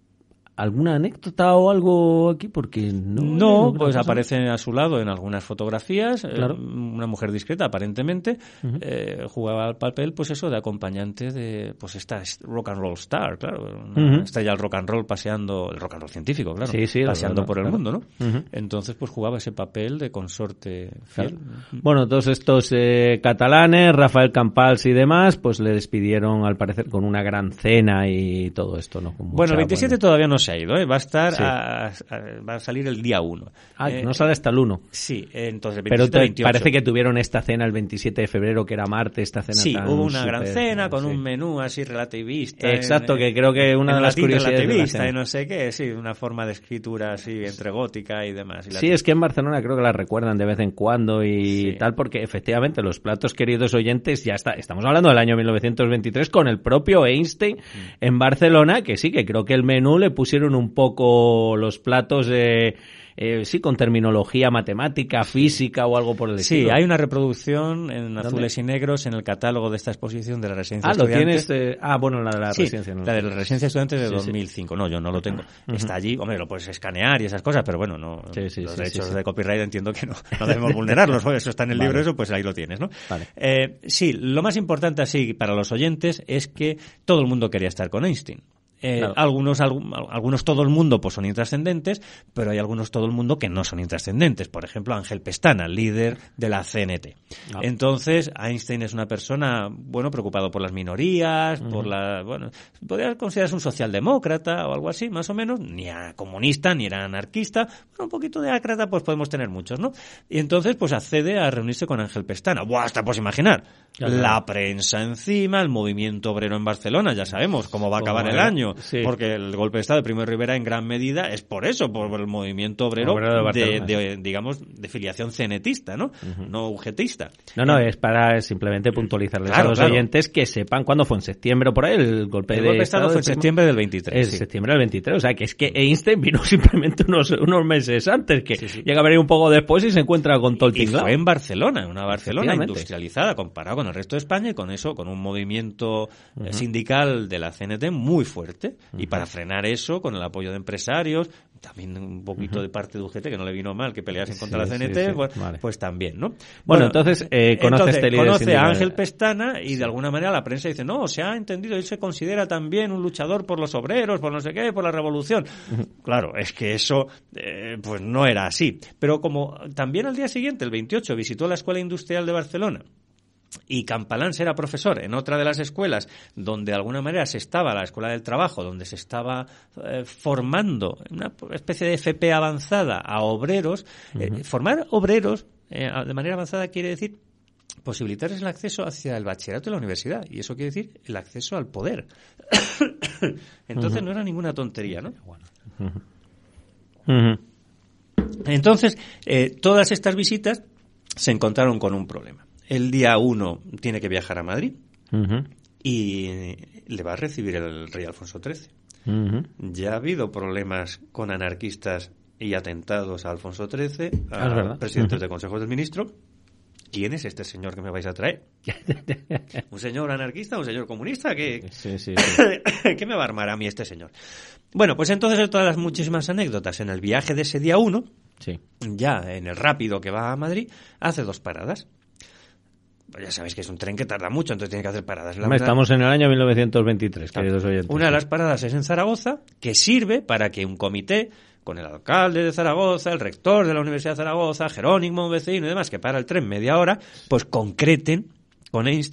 ¿Alguna anécdota o algo aquí? Porque no... No, pues aparece a su lado en algunas fotografías, claro. eh, una mujer discreta aparentemente, uh-huh. eh, jugaba el papel, pues eso, de acompañante de, pues esta rock and roll star, claro, una uh-huh. estrella del rock and roll paseando, el rock and roll científico, claro, sí, sí, paseando rock, por el claro. mundo, ¿no? Uh-huh. Entonces, pues jugaba ese papel de consorte fiel. Claro. Bueno, todos estos eh, catalanes, Rafael Campals y demás, pues le despidieron, al parecer, con una gran cena y todo esto, ¿no? Con bueno, el veintisiete bueno. todavía no se ha ido, ¿eh? Va a estar, sí. a, a, va a salir el día uno. Ah, eh, no sale hasta el uno. Sí, entonces el veintisiete, Pero te, parece que tuvieron esta cena el veintisiete de febrero, que era martes, esta cena sí, tan hubo una super, gran cena con sí. un menú así relativista. Exacto, en, que creo que una de las curiosidades relativista de la y no sé qué, sí, una forma de escritura así entre gótica y demás. Y sí, es que en Barcelona creo que la recuerdan de vez en cuando y sí. tal, porque efectivamente los platos, queridos oyentes, ya está, estamos hablando del año mil novecientos veintitrés con el propio Einstein mm. en Barcelona, que sí, que creo que el menú le pusieron un poco los platos eh, eh, sí con terminología matemática, física o algo por el sí, estilo. Sí, hay una reproducción en azules y negros en el catálogo de esta exposición de la Residencia ah, Estudiantes. Ah, lo tienes. Eh, ah, bueno, la de la sí, Residencia. No. La de la Residencia Estudiantes de sí, dos mil cinco. Sí. No, yo no lo tengo. Uh-huh. Está allí, hombre, lo puedes escanear y esas cosas, pero bueno, no sí, sí, los sí, derechos sí, sí. de copyright entiendo que no, no debemos vulnerarlos. Eso está en el vale. libro, eso pues ahí lo tienes, ¿no? Vale. Eh, sí, lo más importante así para los oyentes es que todo el mundo quería estar con Einstein. Eh, claro. Algunos, algunos todo el mundo pues son intrascendentes, pero hay algunos todo el mundo que no son intrascendentes. Por ejemplo, Ángel Pestana, líder de la C N T. Ah. Entonces, Einstein es una persona, bueno, preocupado por las minorías, uh-huh. por la, bueno, podría considerarse un socialdemócrata o algo así, más o menos, ni era comunista, ni era anarquista, bueno, un poquito de ácrata pues podemos tener muchos, ¿no? Y entonces, pues accede a reunirse con Ángel Pestana. ¡Buah! Hasta pues imaginar. Claro. La prensa encima, el movimiento obrero en Barcelona, ya sabemos cómo va a acabar el año. Sí. Porque el golpe de Estado de Primo de Rivera en gran medida es por eso, por el movimiento obrero, obrero de, de, de, digamos, de filiación cenetista, ¿no? Uh-huh. No ugetista. No, no, es para simplemente puntualizarles claro, a los claro. oyentes que sepan cuándo fue, en septiembre o por ahí, el golpe el de golpe de Estado. fue en septiembre del veintitrés. En sí. septiembre del veintitrés, o sea, que es que Einstein vino simplemente unos, unos meses antes, que sí, sí. llega a venir un poco después y se encuentra con todo el tinglado. Y fue en Barcelona, una Barcelona industrializada, comparado con el resto de España, y con eso, con un movimiento uh-huh. sindical de la C N T muy fuerte, uh-huh. y para frenar eso, con el apoyo de empresarios, también un poquito uh-huh. de parte de U G T, que no le vino mal que peleasen contra sí, la C N T, sí, sí. Pues, vale. pues también, ¿no? Bueno, bueno entonces, eh, conoce entonces, este líder conoce a Ángel Pestana y sí. de alguna manera la prensa dice, no, se ha entendido, él se considera también un luchador por los obreros, por no sé qué, por la revolución. Uh-huh. Claro, es que eso, eh, pues no era así. Pero como también al día siguiente, el veintiocho, visitó la Escuela Industrial de Barcelona, y Campalans era profesor en otra de las escuelas donde de alguna manera se estaba, la Escuela del Trabajo, donde se estaba eh, formando una especie de F P avanzada a obreros. Uh-huh. Eh, formar obreros eh, de manera avanzada quiere decir posibilitarles el acceso hacia el bachillerato de la universidad, y eso quiere decir el acceso al poder. Entonces uh-huh. no era ninguna tontería, ¿no? Uh-huh. Uh-huh. Entonces, eh, todas estas visitas se encontraron con un problema. El día uno tiene que viajar a Madrid uh-huh. y le va a recibir el rey Alfonso trece. Uh-huh. Ya ha habido problemas con anarquistas y atentados a Alfonso trece, a es verdad. presidentes uh-huh. de consejos del ministro. ¿Quién es este señor que me vais a traer? ¿Un señor anarquista? ¿Un señor comunista? ¿Qué, sí, sí, sí. ¿Qué me va a armar a mí este señor? Bueno, pues entonces de todas las muchísimas anécdotas, en el viaje de ese día uno, sí. ya en el rápido que va a Madrid, hace dos paradas. Pues ya sabéis que es un tren que tarda mucho, entonces tiene que hacer paradas. La Estamos una... en el año mil novecientos veintitrés, claro. Queridos oyentes. Una de las paradas es en Zaragoza, que sirve para que un comité, con el alcalde de Zaragoza, el rector de la Universidad de Zaragoza, Jerónimo, un vecino y demás, que para el tren media hora, pues concreten con Einstein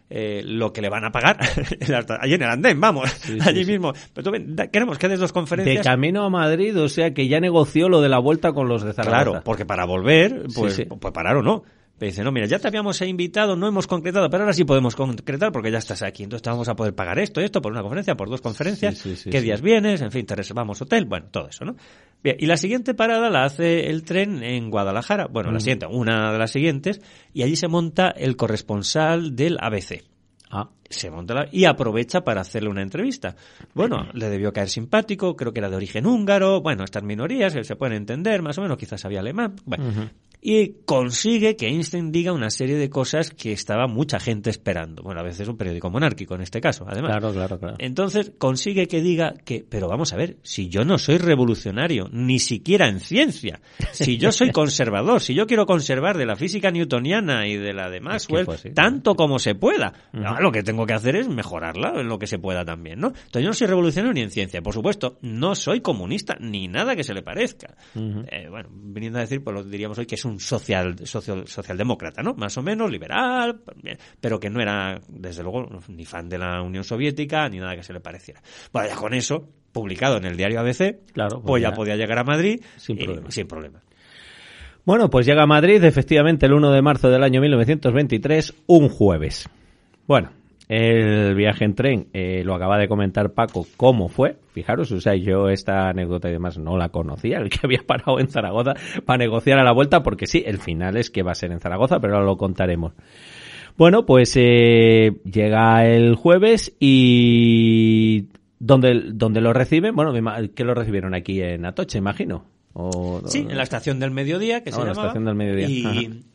eh, lo que le van a pagar allí en el andén, vamos, sí, allí sí, mismo. Sí. Pero tú ven, da, queremos que des dos conferencias. De camino a Madrid, o sea que ya negoció lo de la vuelta con los de Zaragoza. Claro, porque para volver, pues, sí, sí. pues parar o no. Me dice, no, mira, ya te habíamos invitado, no hemos concretado, pero ahora sí podemos concretar porque ya estás aquí. Entonces te vamos a poder pagar esto y esto por una conferencia, por dos conferencias, sí, sí, sí, qué sí. días vienes, en fin, te reservamos hotel, bueno, todo eso, ¿no? Bien, y la siguiente parada la hace el tren en Guadalajara, bueno, mm. la siguiente, una de las siguientes, y allí se monta el corresponsal del A B C. Ah. Se monta la, y aprovecha para hacerle una entrevista. Bueno, le debió caer simpático, creo que era de origen húngaro, bueno, estas minorías se pueden entender, más o menos, quizás sabía alemán, bueno. Uh-huh. Y consigue que Einstein diga una serie de cosas que estaba mucha gente esperando. Bueno, a veces un periódico monárquico en este caso, además. Claro, claro, claro. Entonces consigue que diga que, pero vamos a ver, si yo no soy revolucionario, ni siquiera en ciencia, si yo soy conservador, si yo quiero conservar de la física newtoniana y de la de Maxwell, es que, pues, sí, tanto sí. como se pueda, uh-huh. no, lo que tengo que hacer es mejorarla en lo que se pueda también, ¿no? Entonces yo no soy revolucionario ni en ciencia, por supuesto, no soy comunista, ni nada que se le parezca. Uh-huh. Eh, bueno, viniendo a decir, pues lo diríamos hoy que es un social, social socialdemócrata, ¿no? Más o menos liberal, pero que no era, desde luego, ni fan de la Unión Soviética, ni nada que se le pareciera. Bueno, ya con eso, publicado en el diario A B C, claro, pues, pues ya, ya podía llegar a Madrid sin y, problema. sin problema. Bueno, pues llega a Madrid, efectivamente, el uno de marzo del año mil novecientos veintitrés, un jueves. Bueno, el viaje en tren, eh, lo acaba de comentar Paco, cómo fue. Fijaros, o sea, yo esta anécdota y demás no la conocía, el que había parado en Zaragoza para negociar a la vuelta, porque sí, el final es que va a ser en Zaragoza, pero ahora lo contaremos. Bueno, pues eh, llega el jueves y ¿dónde, dónde lo reciben? Bueno, ¿qué lo recibieron aquí en Atocha, imagino? O, sí, en la estación del mediodía, que no, se en la llamaba. Estación del mediodía. Y...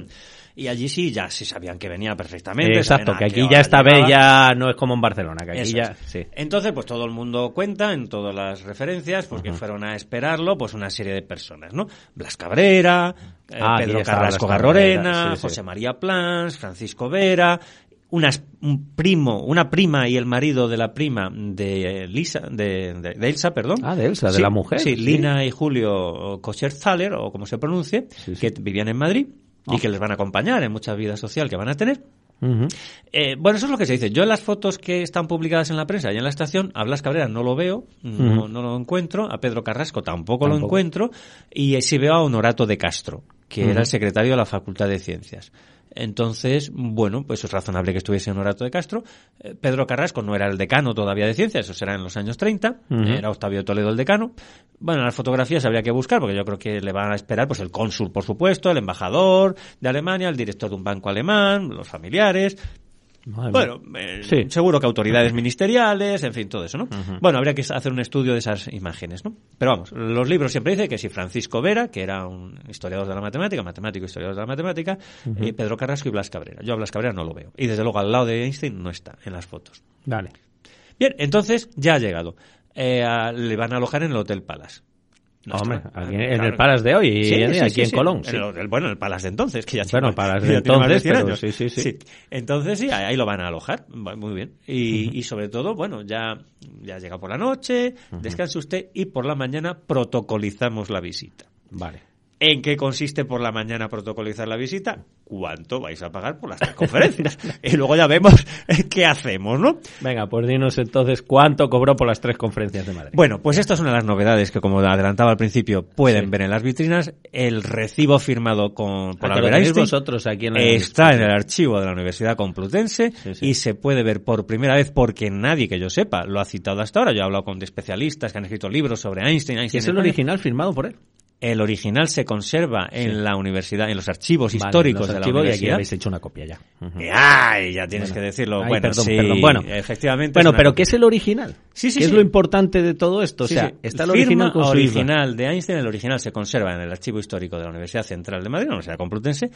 Y allí sí, ya sí sabían que venía perfectamente. Exacto, que aquí ya esta vez ya no es como en Barcelona, que aquí Eso ya... Es. Sí. Entonces, pues todo el mundo cuenta en todas las referencias, porque uh-huh. fueron a esperarlo, pues una serie de personas, ¿no? Blas Cabrera, ah, eh, Pedro Carrasco Garrorena, sí, sí. José María Plans, Francisco Vera, unas, un primo, una prima y el marido de la prima de Lisa, de, de, de Elsa, perdón. Ah, de Elsa, sí, de la mujer. Sí, sí. Lina y Julio Kocher-Thaler, o como se pronuncie, sí, sí. que vivían en Madrid. Y oh. que les van a acompañar en mucha vida social que van a tener. Uh-huh. Eh, bueno, eso es lo que se dice. Yo en las fotos que están publicadas en la prensa y en la estación, a Blas Cabrera no lo veo, no, uh-huh. no lo encuentro, a Pedro Carrasco tampoco, tampoco lo encuentro, y sí veo a Honorato de Castro, que uh-huh. era el secretario de la Facultad de Ciencias. Entonces, bueno, pues es razonable que estuviese Honorato de Castro. Eh, Pedro Carrasco no era el decano todavía de ciencias, eso será en los años treinta, uh-huh. era Octavio Toledo el decano. Bueno, las fotografías habría que buscar, porque yo creo que le van a esperar pues el cónsul, por supuesto, el embajador de Alemania, el director de un banco alemán, los familiares... Madre bueno, eh, sí. seguro que autoridades ministeriales, en fin, todo eso, ¿no? Uh-huh. Bueno, habría que hacer un estudio de esas imágenes, ¿no? Pero vamos, los libros siempre dicen que si Francisco Vera, que era un historiador de la matemática, matemático y historiador de la matemática, uh-huh. y Pedro Carrasco y Blas Cabrera. Yo a Blas Cabrera no lo veo. Y desde luego al lado de Einstein no está en las fotos. Vale. Bien, entonces ya ha llegado. Eh, a, le van a alojar en el Hotel Palace. No, Hombre, aquí en claro. el Palace de hoy, sí, en, sí, aquí sí, en sí. Colón. Sí. El, el, bueno, el Palace de entonces, que ya Bueno, el Palace de entonces, pero años. Sí, sí, sí, sí. Entonces sí, ahí lo van a alojar, muy bien. Y, uh-huh. y sobre todo, bueno, ya, ya llega por la noche, uh-huh. descanse usted y por la mañana protocolizamos la visita. Vale. ¿En qué consiste por la mañana protocolizar la visita? ¿Cuánto vais a pagar por las tres conferencias? Y luego ya vemos qué hacemos, ¿no? Venga, pues dinos entonces cuánto cobró por las tres conferencias de Madrid. Bueno, pues esta es una de las novedades que, como adelantaba al principio, pueden sí. ver en las vitrinas. El recibo firmado con, por Albert Einstein vosotros aquí en la está en el archivo de la Universidad Complutense sí, sí. y se puede ver por primera vez porque nadie que yo sepa lo ha citado hasta ahora. Yo he hablado con especialistas que han escrito libros sobre Einstein. Einstein ¿Es el original firmado por él? El original se conserva en sí. la universidad, en los archivos vale, históricos los de la archivos universidad. Y aquí habéis hecho una copia ya. Uh-huh. Ay, ya tienes bueno. que decirlo. Ay, bueno, perdón, sí, perdón. Bueno, efectivamente. Bueno, pero copia. ¿qué es el original? Sí, sí, ¿Qué sí. es lo importante de todo esto? O sí, sea, sí. está el Firma original con su original de Einstein, el original se conserva en el archivo histórico de la Universidad Central de Madrid, la Universidad Complutense.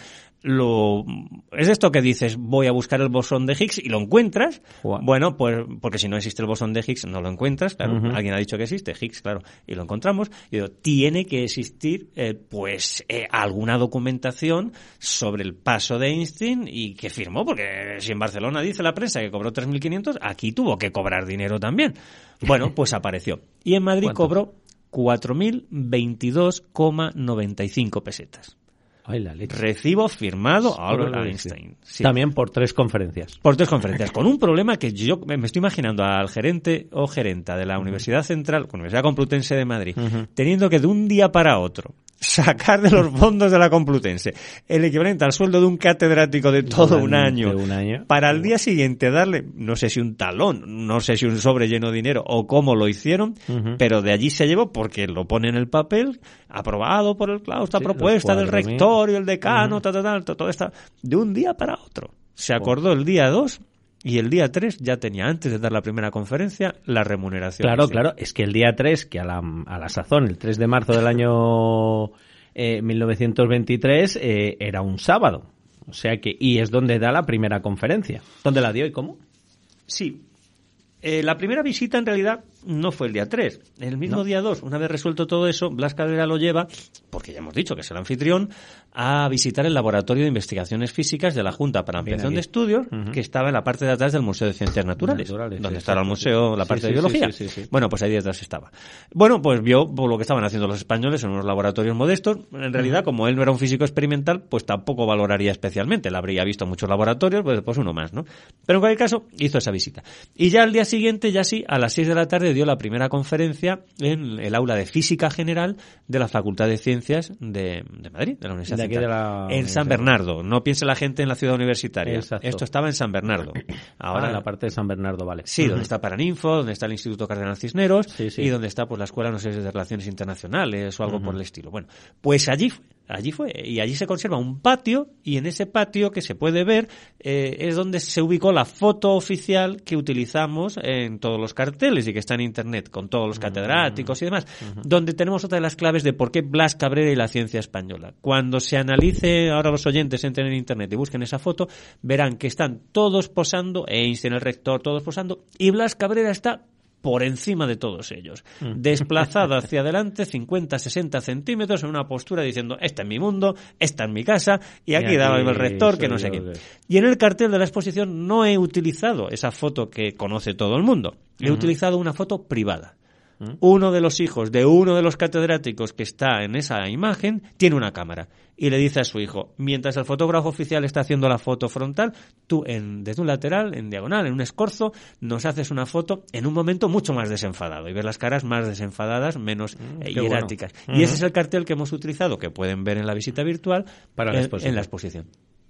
Lo es esto que dices, voy a buscar el bosón de Higgs y lo encuentras. Wow. Bueno, pues porque si no existe el bosón de Higgs no lo encuentras, claro. Uh-huh. Alguien ha dicho que existe Higgs, claro, y lo encontramos. Y digo, tiene que existir, eh, pues, eh, alguna documentación sobre el paso de Einstein y que firmó, porque si en Barcelona dice la prensa que cobró tres mil quinientos, aquí tuvo que cobrar dinero también. Bueno, pues apareció. Y en Madrid ¿Cuánto? Cobró cuatro mil veintidós coma noventa y cinco pesetas. Ay, la leche. Recibo firmado a Albert Einstein. Sí. También por tres conferencias. Por tres conferencias. Con un problema que yo me estoy imaginando al gerente o gerenta de la uh-huh. Universidad Central, Universidad Complutense de Madrid, uh-huh. teniendo que de un día para otro sacar de los fondos de la Complutense el equivalente al sueldo de un catedrático de todo un año, de un año, para al día siguiente darle, no sé si un talón, no sé si un sobre lleno de dinero o cómo lo hicieron, uh-huh. pero de allí se llevó porque lo pone en el papel, aprobado por el claustro, sí, propuesta del rectorio, el decano, uh-huh. tal, tal, tal, todo está de un día para otro. Se acordó el día dos y el día tres ya tenía, antes de dar la primera conferencia, la remuneración. Claro, claro. Es que el día tres, que a la, a la sazón, el tres de marzo del año eh, mil novecientos veintitrés, eh, era un sábado. O sea que, y es donde da la primera conferencia. ¿Dónde la dio y cómo? Sí. Eh, la primera visita, en realidad, no fue el día tres. El mismo no. día dos, una vez resuelto todo eso, Blas Cabrera lo lleva, porque ya hemos dicho que es el anfitrión, a visitar el Laboratorio de Investigaciones Físicas de la Junta para Ampliación de Estudios, uh-huh. que estaba en la parte de atrás del Museo de Ciencias Naturales, Naturales donde sí, estaba sí, el museo, sí, la parte sí, de biología. Sí, sí, sí. Bueno, pues ahí detrás estaba. Bueno, pues vio lo que estaban haciendo los españoles en unos laboratorios modestos. En realidad, uh-huh. como él no era un físico experimental, pues tampoco valoraría especialmente. Él habría visto muchos laboratorios, pues después uno más, ¿no? Pero en cualquier caso, hizo esa visita. Y ya al día siguiente, ya sí, a las seis de la tarde dio la primera conferencia en el aula de Física General de la Facultad de Ciencias de, de Madrid, de la Universidad de Central. De la... En San Bernardo. No piense la gente en la ciudad universitaria. Exacto. Esto estaba en San Bernardo. Ahora ah, en la parte de San Bernardo, vale. Sí, uh-huh. donde está Paraninfo, donde está el Instituto Cardenal Cisneros sí, sí. y donde está pues la Escuela, no sé, de Relaciones Internacionales o algo uh-huh. por el estilo. Bueno, pues allí fue. Allí fue, y allí se conserva un patio, y en ese patio que se puede ver eh, es donde se ubicó la foto oficial que utilizamos en todos los carteles y que está en internet con todos los catedráticos y demás, uh-huh. donde tenemos otra de las claves de por qué Blas Cabrera y la ciencia española. Cuando se analice, ahora los oyentes entren en internet y busquen esa foto, verán que están todos posando, Einstein, el rector, todos posando, y Blas Cabrera está por encima de todos ellos, desplazado hacia adelante cincuenta a sesenta centímetros en una postura diciendo, esta es mi mundo, esta es mi casa, y aquí, y aquí daba el rector, que no sé qué. Y en el cartel de la exposición no he utilizado esa foto que conoce todo el mundo, he uh-huh. utilizado una foto privada. Uno de los hijos de uno de los catedráticos que está en esa imagen tiene una cámara y le dice a su hijo, mientras el fotógrafo oficial está haciendo la foto frontal, tú en, desde un lateral, en diagonal, en un escorzo, nos haces una foto en un momento mucho más desenfadado y ver las caras más desenfadadas, menos mm, eh, hieráticas. Bueno. Y uh-huh. ese es el cartel que hemos utilizado, que pueden ver en la visita virtual, para la en, exposición. en la exposición.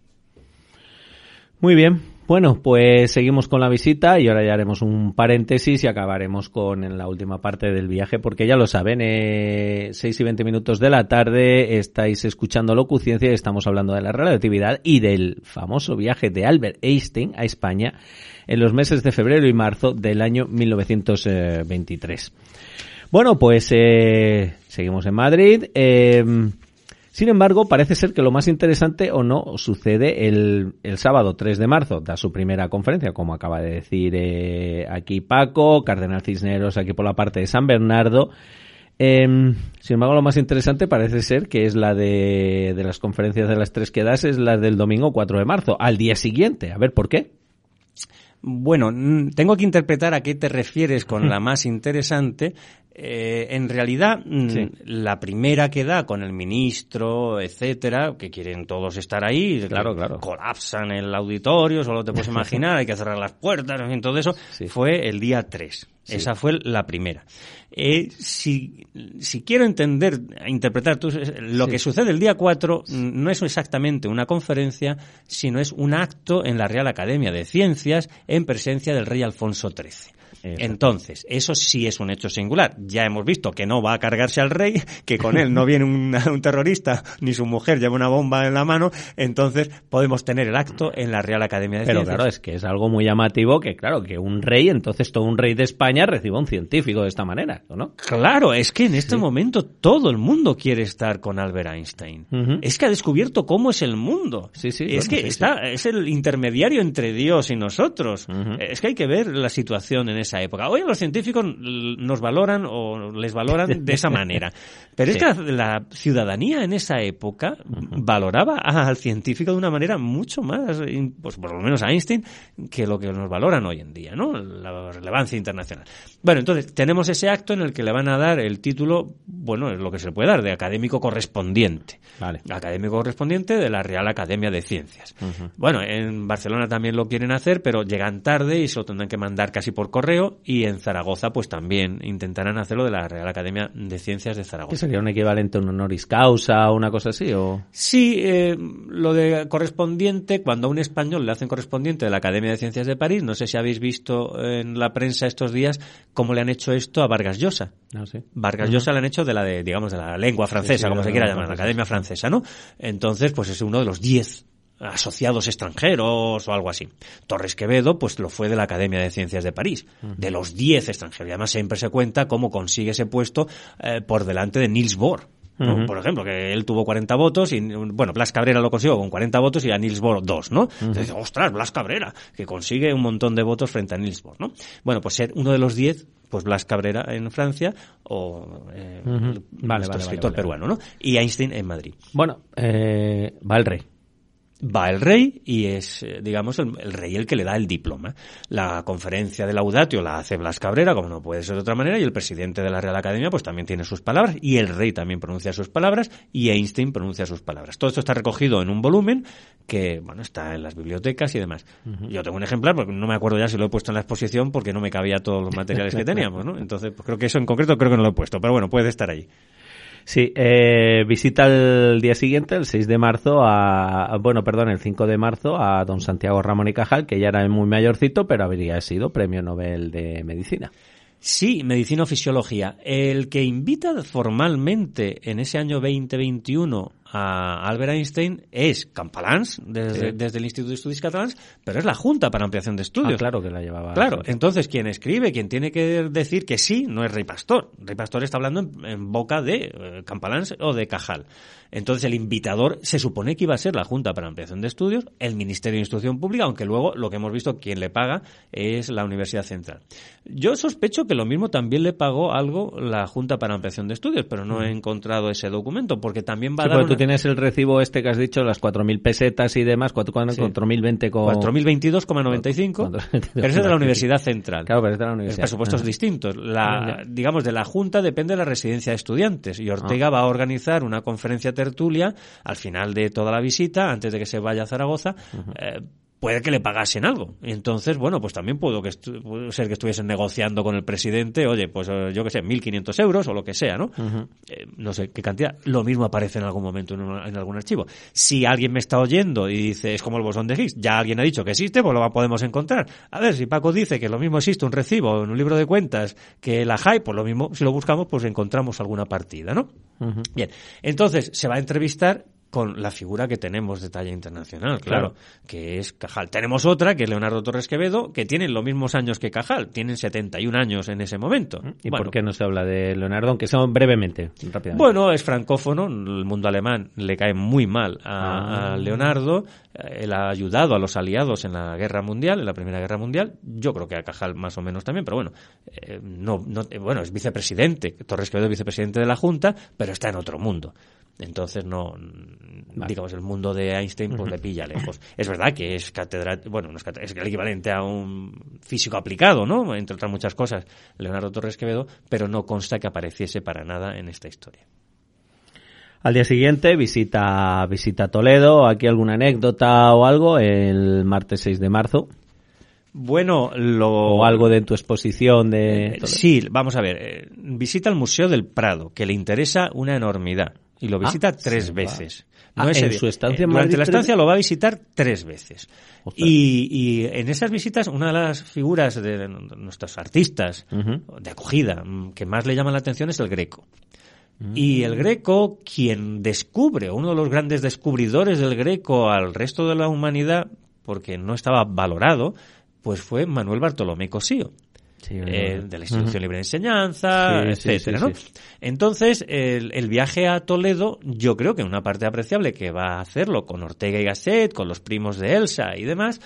Muy bien. Bueno, pues seguimos con la visita y ahora ya haremos un paréntesis y acabaremos con en la última parte del viaje, porque ya lo saben, eh, seis y veinte minutos de la tarde estáis escuchando Locuciencia y estamos hablando de la relatividad y del famoso viaje de Albert Einstein a España en los meses de febrero y marzo del año mil novecientos veintitrés. Bueno, pues eh, seguimos en Madrid. Eh, Sin embargo, parece ser que lo más interesante o no sucede el, el sábado tres de marzo, da su primera conferencia, como acaba de decir eh, aquí Paco, Cardenal Cisneros aquí por la parte de San Bernardo. Eh, sin embargo, lo más interesante parece ser que es la de, de las conferencias de las tres que das, es la del domingo cuatro de marzo, al día siguiente. A ver, ¿por qué? Bueno, tengo que interpretar a qué te refieres con la más interesante. Eh, en realidad, sí. la primera que da con el ministro, etcétera, que quieren todos estar ahí, claro, claro. colapsan el auditorio, solo te puedes imaginar, hay que cerrar las puertas, en fin, todo eso, sí. fue el día tres. Sí. Esa fue la primera. Eh, si, si quiero entender, interpretar tú, lo sí. que sucede el día cuatro no es exactamente una conferencia, sino es un acto en la Real Academia de Ciencias en presencia del rey Alfonso trece. Entonces, eso sí es un hecho singular. Ya hemos visto que no va a cargarse al rey, que con él no viene un, un terrorista, ni su mujer lleva una bomba en la mano, entonces podemos tener el acto en la Real Academia de Pero Ciencias. Pero claro, es que es algo muy llamativo que, claro, que un rey, entonces todo un rey de España reciba un científico de esta manera, ¿no? Claro, es que en este sí. momento todo el mundo quiere estar con Albert Einstein. Uh-huh. Es que ha descubierto cómo es el mundo. Sí, sí, es bueno, que sí, está, sí. es el intermediario entre Dios y nosotros. Uh-huh. Es que hay que ver la situación en esa época. Hoy los científicos nos valoran o les valoran de esa manera. Pero sí. es que la, la ciudadanía en esa época uh-huh. valoraba al científico de una manera mucho más, pues por lo menos a Einstein, que lo que nos valoran hoy en día, ¿no? La relevancia internacional. Bueno, entonces tenemos ese acto en el que le van a dar el título, bueno, es lo que se le puede dar, de académico correspondiente. Vale. Académico correspondiente de la Real Academia de Ciencias. Uh-huh. Bueno, en Barcelona también lo quieren hacer, pero llegan tarde y se lo tendrán que mandar casi por correo, y en Zaragoza pues también intentarán hacerlo de la Real Academia de Ciencias de Zaragoza. ¿Qué sería un equivalente a un honoris causa o una cosa así? ¿O? Sí, eh, lo de correspondiente, cuando a un español le hacen correspondiente de la Academia de Ciencias de París, no sé si habéis visto en la prensa estos días cómo le han hecho esto a Vargas Llosa. No, sí. Vargas uh-huh. Llosa le han hecho de la de, digamos, de la lengua francesa, sí, sí, como se quiera llamar, la Academia Francesa, ¿no? Entonces, pues es uno de los diez asociados extranjeros o algo así. Torres Quevedo, pues lo fue de la Academia de Ciencias de París, uh-huh. de los diez extranjeros. Y además siempre se cuenta cómo consigue ese puesto eh, por delante de Niels Bohr. ¿no? Uh-huh. Por ejemplo, que él tuvo cuarenta votos y, bueno, Blas Cabrera lo consiguió con cuarenta votos y a Niels Bohr dos, ¿no? Uh-huh. Entonces, ostras, Blas Cabrera, que consigue un montón de votos frente a Niels Bohr, ¿no? Bueno, pues ser uno de los diez, pues Blas Cabrera en Francia o eh, uh-huh. vale, nuestro vale, escritor vale, vale, peruano, ¿no? Y Einstein en Madrid. Bueno, eh, va el rey. Va el rey y es, digamos, el, el rey el que le da el diploma. La conferencia de laudatio la hace Blas Cabrera, como no puede ser de otra manera, y el presidente de la Real Academia pues también tiene sus palabras, y el rey también pronuncia sus palabras, y Einstein pronuncia sus palabras. Todo esto está recogido en un volumen que, bueno, está en las bibliotecas y demás. Uh-huh. Yo tengo un ejemplar, porque no me acuerdo ya si lo he puesto en la exposición, porque no me cabía todos los materiales que teníamos, ¿no? Entonces, pues creo que eso en concreto creo que no lo he puesto, pero bueno, puede estar ahí. Sí, eh, visita el día siguiente, el seis de marzo, a, bueno, perdón, el cinco de marzo, a don Santiago Ramón y Cajal, que ya era muy mayorcito, pero habría sido premio Nobel de Medicina. Sí, Medicina o Fisiología. El que invita formalmente en ese año veinte veintiuno a Albert Einstein es Campalans, desde, sí. desde el Instituto de Estudios Catalans, pero es la Junta para Ampliación de Estudios. Ah, claro que la llevaba. Claro, entonces quien escribe, quien tiene que decir que sí, no es Rey Pastor. Rey Pastor está hablando en, en boca de eh, Campalans o de Cajal. Entonces el invitador se supone que iba a ser la Junta para Ampliación de Estudios, el Ministerio de Instrucción Pública, aunque luego lo que hemos visto, quien le paga es la Universidad Central. Yo sospecho que lo mismo también le pagó algo la Junta para Ampliación de Estudios, pero no he encontrado ese documento, porque también va sí, a dar una... tú tienes el recibo este que has dicho, las cuatro mil pesetas y demás, cuatro mil veinte con... cuatro mil veintidós coma noventa y cinco, pero es de la Universidad Central. Claro, pero es de la Universidad. Presupuestos distintos. La, digamos, de la Junta depende de la residencia de estudiantes, y Ortega ah. va a organizar una conferencia tertulia al final de toda la visita, antes de que se vaya a Zaragoza, uh-huh. eh, puede que le pagasen algo. Entonces, bueno, pues también puedo que estu- puede ser que estuviesen negociando con el presidente, oye, pues yo qué sé, mil quinientos euros o lo que sea, ¿no? Uh-huh. Eh, no sé qué cantidad. Lo mismo aparece en algún momento en, una, en algún archivo. Si alguien me está oyendo y dice, es como el bosón de Higgs, ya alguien ha dicho que existe, pues lo podemos encontrar. A ver, si Paco dice que lo mismo existe un recibo en un libro de cuentas que la J A I, pues lo mismo, si lo buscamos, pues encontramos alguna partida, ¿no? Uh-huh. Bien, entonces se va a entrevistar con la figura que tenemos de talla internacional, claro, claro, que es Cajal. Tenemos otra, que es Leonardo Torres Quevedo, que tienen los mismos años que Cajal, tienen setenta y un años en ese momento. ¿Y bueno, por qué no se habla de Leonardo? Aunque sea brevemente, rápidamente. Bueno, es francófono, el mundo alemán le cae muy mal a, ah. a Leonardo, él ha ayudado a los aliados en la Guerra Mundial, en la Primera Guerra Mundial, yo creo que a Cajal más o menos también, pero bueno, eh, no, no, bueno, es vicepresidente, Torres Quevedo es vicepresidente de la Junta, pero está en otro mundo. Entonces no, vale. digamos, el mundo de Einstein pues uh-huh. le pilla lejos. Es verdad que es catedrático, bueno, no es, catedrático, es el equivalente a un físico aplicado, ¿no? Entre otras muchas cosas, Leonardo Torres Quevedo, pero no consta que apareciese para nada en esta historia. Al día siguiente visita visita Toledo, ¿aquí alguna anécdota o algo? El martes seis de marzo. Bueno, lo... O algo de tu exposición de... Eh, sí, vamos a ver. Eh, visita el Museo del Prado, que le interesa una enormidad. Y lo visita ah, tres sí, veces. No ah, es en su estancia eh, en Durante Madrid, la estancia lo va a visitar tres veces. Y, y en esas visitas, una de las figuras de nuestros artistas uh-huh. de acogida que más le llaman la atención es el Greco. Uh-huh. Y el Greco, quien descubre, uno de los grandes descubridores del Greco al resto de la humanidad, porque no estaba valorado, pues fue Manuel Bartolomé Cosío. Sí, eh, de la Institución uh-huh. Libre de Enseñanza, sí, etcétera, sí, sí, ¿no? Sí. Entonces, el, el viaje a Toledo, yo creo que una parte apreciable que va a hacerlo con Ortega y Gasset, con los primos de Elsa y demás,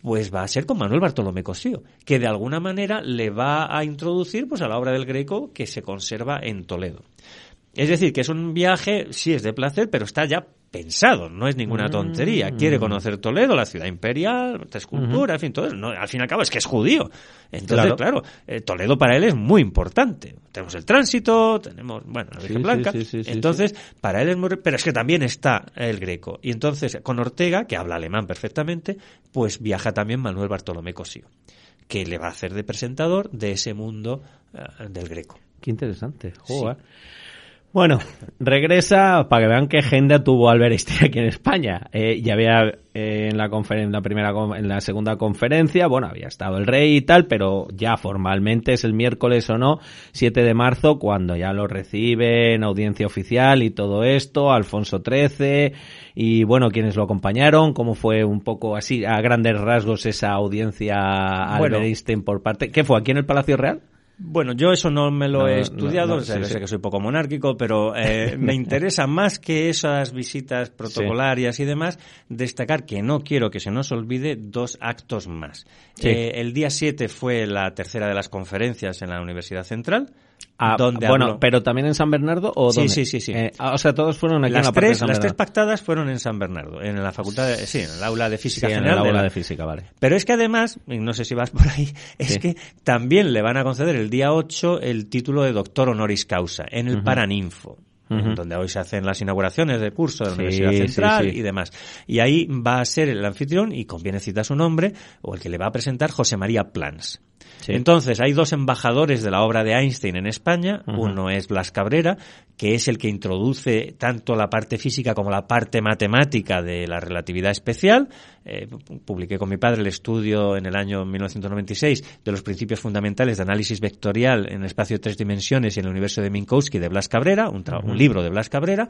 pues va a ser con Manuel Bartolomé Cosío, que de alguna manera le va a introducir pues a la obra del Greco que se conserva en Toledo. Es decir, que es un viaje, sí es de placer, pero está ya pensado, no es ninguna tontería. Quiere conocer Toledo, la ciudad imperial, tres culturas, uh-huh. en fin, todo eso. No, al fin y al cabo es que es judío. Entonces, claro, claro eh, Toledo para él es muy importante. Tenemos el tránsito, tenemos, bueno, la Virgen sí, Blanca. Sí, sí, sí, entonces, sí, sí. para él es muy... Pero es que también está el Greco. Y entonces, con Ortega, que habla alemán perfectamente, pues viaja también Manuel Bartolomé Cosío, que le va a hacer de presentador de ese mundo uh, del Greco. Qué interesante. Joder. Sí. Bueno, regresa para que vean qué agenda tuvo Albert Einstein aquí en España. Eh, ya había eh, en la conferen- en la primera, en la segunda conferencia, bueno, había estado el rey y tal, pero ya formalmente es el miércoles o no, siete de marzo, cuando ya lo recibe en audiencia oficial y todo esto, Alfonso trece, y bueno, quienes lo acompañaron, cómo fue un poco así, a grandes rasgos, esa audiencia a bueno, Albert Einstein por parte, ¿qué fue? ¿Aquí en el Palacio Real? Bueno, yo eso no me lo no, he estudiado, no, no, sí, sé sí. que soy poco monárquico, pero eh, me interesa más que esas visitas protocolarias sí. y demás, destacar que no quiero que se nos olvide dos actos más. Sí. Eh, el día siete fue la tercera de las conferencias en la Universidad Central. Ah, donde bueno, habló... pero también en San Bernardo o sí, dónde? sí, sí, sí. Eh, o sea, todos fueron aquí las en la parte tres, de San las Bernardo. tres pactadas fueron en San Bernardo, en la facultad, de, sí, en el aula de física sí, general. en el aula de, la... de física, vale. Pero es que además, y no sé si vas por ahí, es sí. que también le van a conceder el día ocho el título de doctor honoris causa en el uh-huh. Paraninfo. Uh-huh. Donde hoy se hacen las inauguraciones de curso de la sí, Universidad Central sí, sí. y demás. Y ahí va a ser el anfitrión, y conviene citar su nombre, o el que le va a presentar, José María Plans. Sí. Entonces, hay dos embajadores de la obra de Einstein en España. Uh-huh. Uno es Blas Cabrera, que es el que introduce tanto la parte física como la parte matemática de la relatividad especial. Eh, publiqué con mi padre el estudio en el año mil novecientos noventa y seis de los principios fundamentales de análisis vectorial en el espacio de tres dimensiones y en el universo de Minkowski de Blas Cabrera, un, tra- uh-huh. un libro de Blas Cabrera.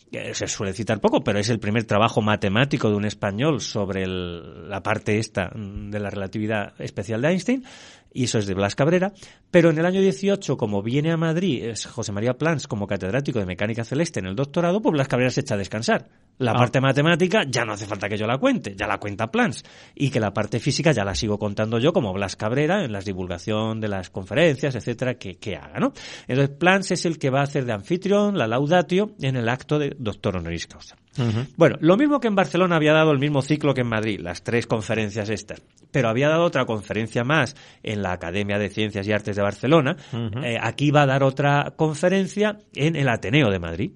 Se suele citar poco, pero es el primer trabajo matemático de un español sobre el, la parte esta de la relatividad especial de Einstein, y eso es de Blas Cabrera. Pero en el año dieciocho, como viene a Madrid es José María Plans como catedrático de mecánica celeste en el doctorado, pues Blas Cabrera se echa a descansar. La ah. parte matemática ya no hace falta que yo la cuente, ya la cuenta Plans, y que la parte física ya la sigo contando yo como Blas Cabrera en la divulgación de las conferencias, etcétera, que, que haga, ¿no? Entonces Plans es el que va a hacer de anfitrión, la laudatio, en el acto de doctor honoris causa. Uh-huh. Bueno, lo mismo que en Barcelona había dado el mismo ciclo que en Madrid, las tres conferencias estas, pero había dado otra conferencia más en la Academia de Ciencias y Artes de Barcelona. Uh-huh. Eh, aquí va a dar otra conferencia en el Ateneo de Madrid.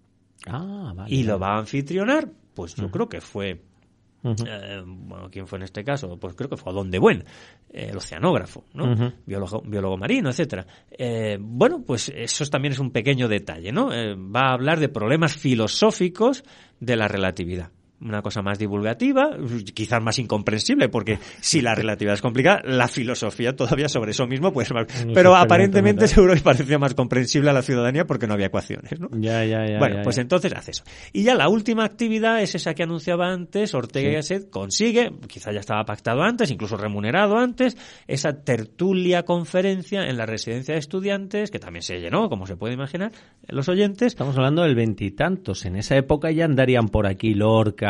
Ah, vale. Y lo va a anfitrionar, pues yo uh-huh. creo que fue... Uh-huh. Eh, bueno, ¿quién fue en este caso? Pues creo que fue Adón de Buen, eh, el oceanógrafo, ¿no? Uh-huh. Biólogo, biólogo marino, etcétera. Eh, bueno, pues eso también es un pequeño detalle, ¿no? Eh, va a hablar de problemas filosóficos de la relatividad. Una cosa más divulgativa, quizás más incomprensible, porque si la relatividad es complicada, la filosofía todavía sobre eso mismo puede ser más... No pero aparentemente seguro que parecía más comprensible a la ciudadanía porque no había ecuaciones, ¿no? Ya, ya, ya. Bueno, ya, pues ya. entonces hace eso. Y ya la última actividad es esa que anunciaba antes, Ortega sí. y Gasset consigue, quizá ya estaba pactado antes, incluso remunerado antes, esa tertulia conferencia en la residencia de estudiantes, que también se llenó, como se puede imaginar, los oyentes. Estamos hablando del veintitantos. En esa época ya andarían por aquí Lorca